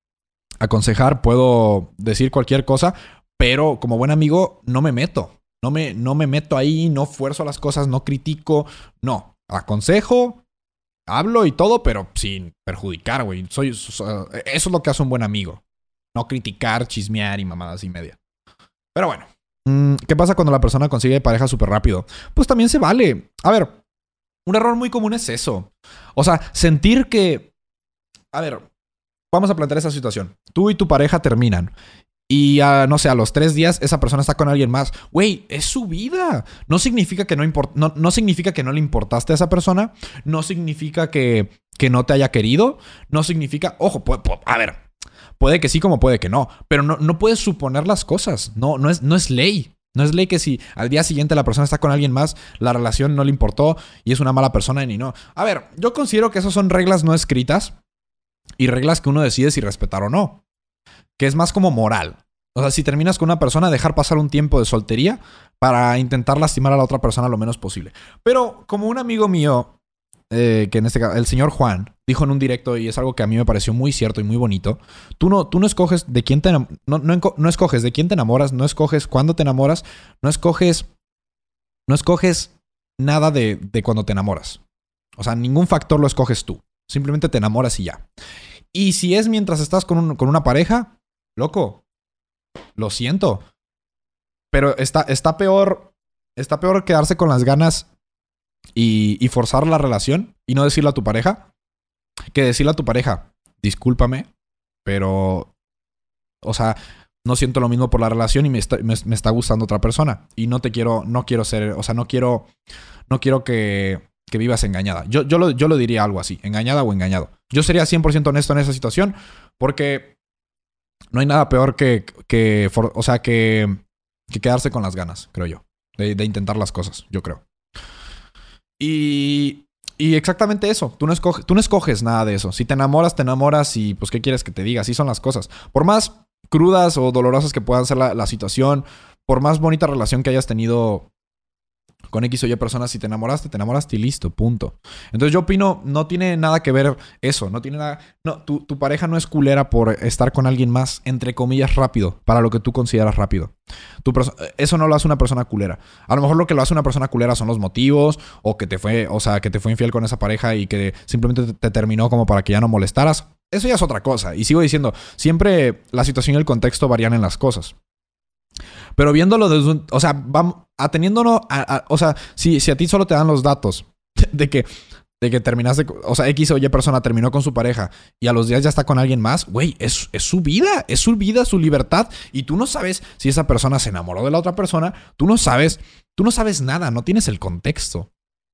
aconsejar, puedo decir cualquier cosa. Pero como buen amigo, no me meto. No me meto ahí, no fuerzo las cosas, no critico. No. Aconsejo. Hablo y todo, pero sin perjudicar, güey. Eso es lo que hace un buen amigo. No criticar, chismear y mamadas y media. Pero bueno. ¿Qué pasa cuando la persona consigue pareja súper rápido? Pues también se vale. A ver, un error muy común es eso. O sea, sentir que... A ver, vamos a plantear esa situación. Tú y tu pareja terminan. Y no sé, a los 3 días esa persona está con alguien más. Güey, es su vida. No significa que no significa que no le importaste a esa persona. No significa que no te haya querido. No significa... Ojo, a ver. Puede que sí como puede que no. Pero no puedes suponer las cosas. No es ley. No es ley que si al día siguiente la persona está con alguien más, la relación no le importó y es una mala persona ni no. A ver, yo considero que esas son reglas no escritas y reglas que uno decide si respetar o no. Que es más como moral. O sea, si terminas con una persona, dejar pasar un tiempo de soltería para intentar lastimar a la otra persona lo menos posible. Pero como un amigo mío, que en este caso, el señor Juan, dijo en un directo, y es algo que a mí me pareció muy cierto y muy bonito, tú no escoges de quién no escoges de quién te enamoras, no escoges cuándo te enamoras, no escoges nada de cuando te enamoras. O sea, ningún factor lo escoges tú. Simplemente te enamoras y ya. Y si es mientras estás con una pareja, loco, lo siento. Pero está peor quedarse con las ganas y forzar la relación y no decirle a tu pareja que decirle a tu pareja, discúlpame, pero, o sea, no siento lo mismo por la relación y me está gustando otra persona. Y no quiero ser, o sea, no quiero que vivas engañada. Yo lo diría algo así, engañada o engañado. Yo sería 100% honesto en esa situación porque No hay nada peor o sea, que quedarse con las ganas, creo yo. De intentar las cosas, yo creo. Y exactamente eso. Tú no escoges nada de eso. Si te enamoras y pues ¿qué quieres que te diga? Así son las cosas. Por más crudas o dolorosas que puedan ser la situación, por más bonita relación que hayas tenido con X o Y personas, si te enamoraste y listo, punto. Entonces yo opino, no tiene nada que ver eso, no tiene nada... No, tu pareja no es culera por estar con alguien más, entre comillas, rápido, para lo que tú consideras rápido. Eso no lo hace una persona culera. A lo mejor lo que lo hace una persona culera son los motivos, o que te fue infiel con esa pareja y que simplemente te terminó como para que ya no molestaras. Eso ya es otra cosa. Y sigo diciendo, siempre la situación y el contexto varían en las cosas. Pero viéndolo desde un... O sea, vamos ateniéndonos o sea, si a ti solo te dan los datos de que terminaste... O sea, X o Y persona terminó con su pareja y a los días ya está con alguien más, güey, es su vida. Es su vida, su libertad. Y tú no sabes si esa persona se enamoró de la otra persona. Tú no sabes nada. No tienes el contexto.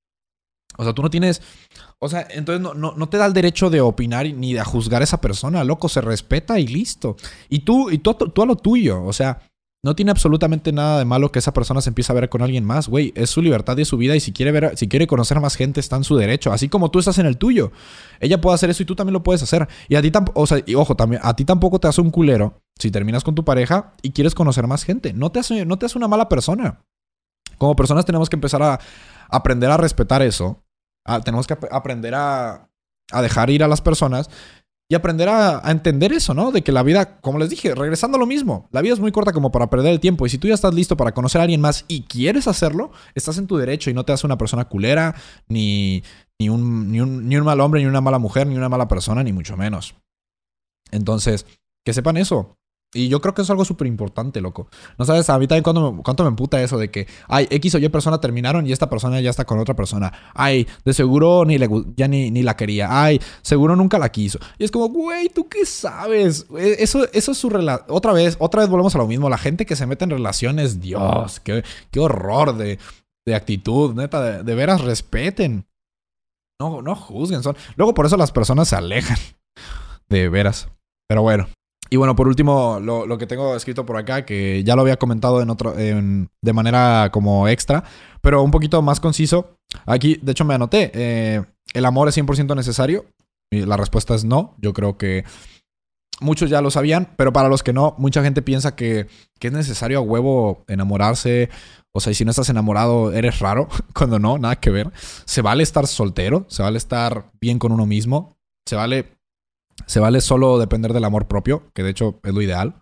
O sea, tú no tienes... O sea, entonces no te da el derecho de opinar ni de juzgar a esa persona. Loco, se respeta y listo. Y tú a lo tuyo. O sea... No tiene absolutamente nada de malo que esa persona se empiece a ver con alguien más, güey. Es su libertad y es su vida y si quiere conocer a más gente está en su derecho. Así como tú estás en el tuyo. Ella puede hacer eso y tú también lo puedes hacer. Y a ti tampoco, o sea, y ojo, también, a ti tampoco te hace un culero si terminas con tu pareja y quieres conocer más gente. No te hace una mala persona. Como personas tenemos que empezar a aprender a respetar eso. Tenemos que aprender a dejar ir a las personas. Y aprender a entender eso, ¿no? De que la vida, como les dije, regresando a lo mismo, la vida es muy corta como para perder el tiempo. Y si tú ya estás listo para conocer a alguien más y quieres hacerlo, estás en tu derecho y no te hace una persona culera, ni un mal hombre, ni una mala mujer, ni una mala persona, ni mucho menos. Entonces, que sepan eso. Y yo creo que eso es algo súper importante, loco. No sabes, a mí también cuánto me emputa eso de que, ay, X o Y persona terminaron y esta persona ya está con otra persona. Ay, de seguro ya ni la quería. Ay, seguro nunca la quiso. Y es como, güey, ¿tú qué sabes? Eso es su relación. Otra vez volvemos a lo mismo. La gente que se mete en relaciones, Dios, qué horror de actitud, neta, de veras respeten. No juzguen. Luego por eso las personas se alejan. De veras. Pero bueno. Y bueno, por último, lo que tengo escrito por acá, que ya lo había comentado de manera como extra, pero un poquito más conciso. Aquí, de hecho, me anoté. ¿El amor es 100% necesario? Y la respuesta es no. Yo creo que muchos ya lo sabían, pero para los que no, mucha gente piensa que es necesario a huevo enamorarse. O sea, y si no estás enamorado, eres raro. Cuando no, nada que ver. Se vale estar soltero, se vale estar bien con uno mismo, se vale solo depender del amor propio, que de hecho es lo ideal.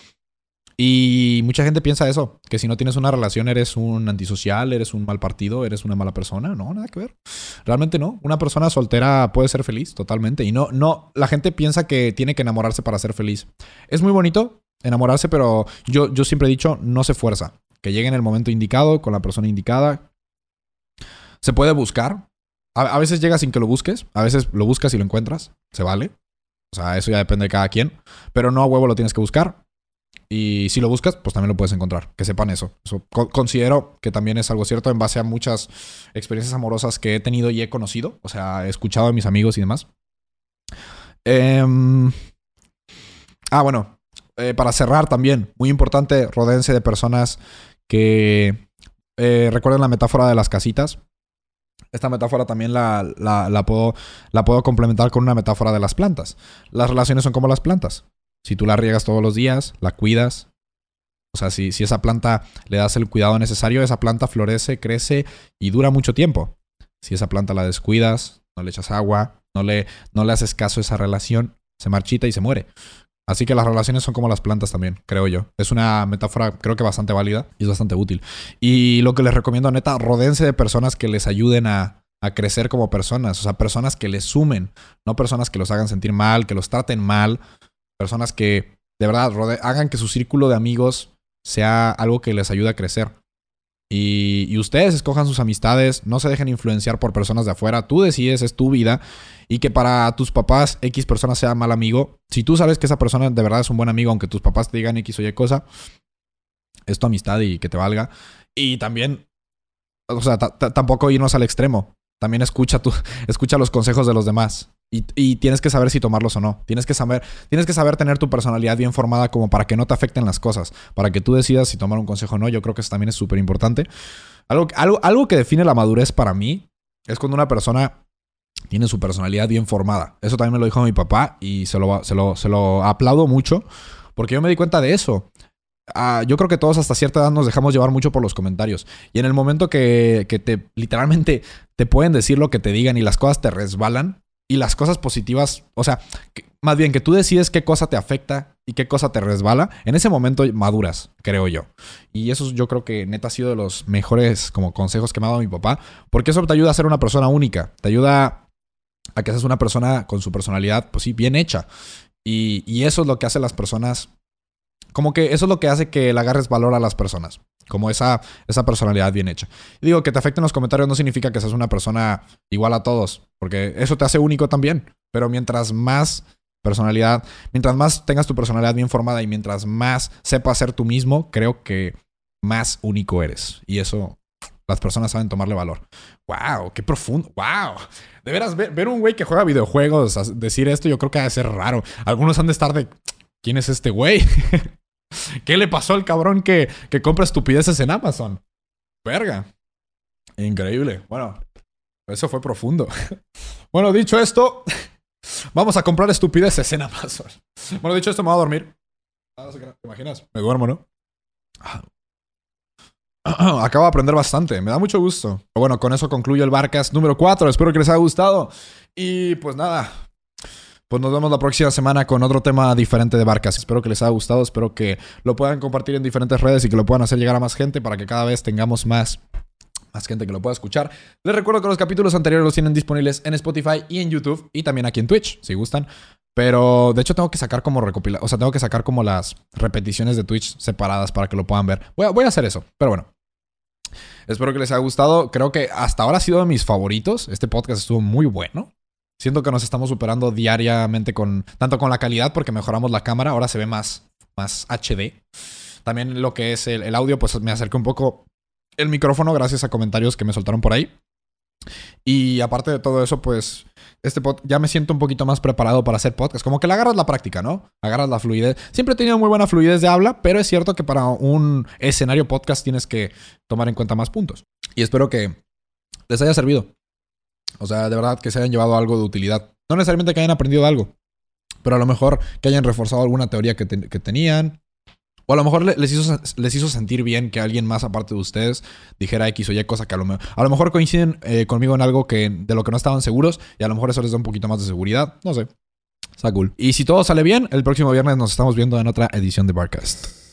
Y mucha gente piensa eso, que si no tienes una relación eres un antisocial, eres un mal partido, eres una mala persona. No, nada que ver. Realmente no. Una persona soltera puede ser feliz totalmente. Y no, la gente piensa que tiene que enamorarse para ser feliz. Es muy bonito enamorarse, pero yo siempre he dicho, no se fuerza. Que llegue en el momento indicado, con la persona indicada. Se puede buscar. A veces llega sin que lo busques. A veces lo buscas y lo encuentras. Se vale. O sea, eso ya depende de cada quien. Pero no a huevo lo tienes que buscar. Y si lo buscas, pues también lo puedes encontrar. Que sepan eso. Considero que también es algo cierto en base a muchas experiencias amorosas que he tenido y he conocido. O sea, he escuchado a mis amigos y demás. Bueno. Para cerrar también, muy importante, rodéense de personas que recuerden la metáfora de las casitas. Esta metáfora también la puedo complementar con una metáfora de las plantas. Las relaciones son como las plantas. Si tú la riegas todos los días, la cuidas. O sea, si esa planta le das el cuidado necesario, esa planta florece, crece y dura mucho tiempo. Si esa planta la descuidas, no le echas agua, no le haces caso a esa relación, se marchita y se muere. Así que las relaciones son como las plantas también, creo yo. Es una metáfora creo que bastante válida y es bastante útil. Y lo que les recomiendo, neta, rodéense de personas que les ayuden a crecer como personas. O sea, personas que les sumen, no personas que los hagan sentir mal, que los traten mal. Personas que, de verdad, hagan que su círculo de amigos sea algo que les ayude a crecer. Y ustedes escojan sus amistades, no se dejen influenciar por personas de afuera. Tú decides, es tu vida. Y que para tus papás X persona sea mal amigo. Si tú sabes que esa persona de verdad es un buen amigo, aunque tus papás te digan X o Y cosa, es tu amistad y que te valga. Y también, o sea, tampoco irnos al extremo. También escucha los consejos de los demás. Y tienes que saber si tomarlos o no. Tienes que saber tener tu personalidad bien formada como para que no te afecten las cosas. Para que tú decidas si tomar un consejo o no. Yo creo que eso también es súper importante. Algo que define la madurez para mí es cuando una persona tiene su personalidad bien formada. Eso también me lo dijo mi papá y se lo aplaudo mucho porque yo me di cuenta de eso. Yo creo que todos hasta cierta edad nos dejamos llevar mucho por los comentarios. Y en el momento que literalmente te pueden decir lo que te digan y las cosas te resbalan y las cosas positivas, o sea, más bien que tú decides qué cosa te afecta y qué cosa te resbala, en ese momento maduras, creo yo. Y eso yo creo que neta ha sido de los mejores como consejos que me ha dado mi papá, porque eso te ayuda a ser una persona única, te ayuda a que seas una persona con su personalidad, pues sí, bien hecha. Y eso es lo que hace las personas, como que eso es lo que hace que le agarres valor a las personas. Como esa personalidad bien hecha. Y digo, que te afecten los comentarios no significa que seas una persona igual a todos. Porque eso te hace único también. Pero mientras más tengas tu personalidad bien formada y mientras más sepas ser tú mismo, creo que más único eres. Y eso, las personas saben tomarle valor. ¡Wow! ¡Qué profundo! ¡Wow! De veras, ver un güey que juega videojuegos decir esto, yo creo que ha de ser raro. Algunos han de estar de... ¿Quién es este güey? ¿Qué le pasó al cabrón que compra estupideces en Amazon? Verga. Increíble. Bueno, eso fue profundo. Bueno, dicho esto, vamos a comprar estupideces en Amazon. Bueno, dicho esto, me voy a dormir. ¿Te imaginas? Me duermo, ¿no? Acabo de aprender bastante. Me da mucho gusto. Pero bueno, con eso concluyo el Barcast número 4. Espero que les haya gustado. Y pues nada... Pues nos vemos la próxima semana con otro tema diferente de Barcast. Espero que les haya gustado, espero que lo puedan compartir en diferentes redes y que lo puedan hacer llegar a más gente para que cada vez tengamos más gente que lo pueda escuchar. Les recuerdo que los capítulos anteriores los tienen disponibles en Spotify y en YouTube y también aquí en Twitch, si gustan. Pero de hecho tengo que sacar como tengo que sacar como las repeticiones de Twitch separadas para que lo puedan ver. Voy a hacer eso, pero bueno. Espero que les haya gustado. Creo que hasta ahora ha sido de mis favoritos. Este podcast estuvo muy bueno. Siento que nos estamos superando diariamente tanto con la calidad, porque mejoramos la cámara, ahora se ve más HD. También lo que es el audio, pues me acerqué un poco el micrófono gracias a comentarios que me soltaron por ahí. Y aparte de todo eso, pues ya me siento un poquito más preparado para hacer podcast. Como que le agarras la práctica, ¿no? Agarras la fluidez. Siempre he tenido muy buena fluidez de habla, pero es cierto que para un escenario podcast tienes que tomar en cuenta más puntos. Y espero que les haya servido. O sea, de verdad que se hayan llevado algo de utilidad. No necesariamente que hayan aprendido algo, pero a lo mejor que hayan reforzado alguna teoría que tenían. O a lo mejor les hizo sentir bien que alguien más aparte de ustedes dijera X o Y cosa que a lo mejor coinciden conmigo en algo de lo que no estaban seguros. Y a lo mejor eso les da un poquito más de seguridad. No sé. Está cool. Y si todo sale bien, el próximo viernes nos estamos viendo en otra edición de Barcast.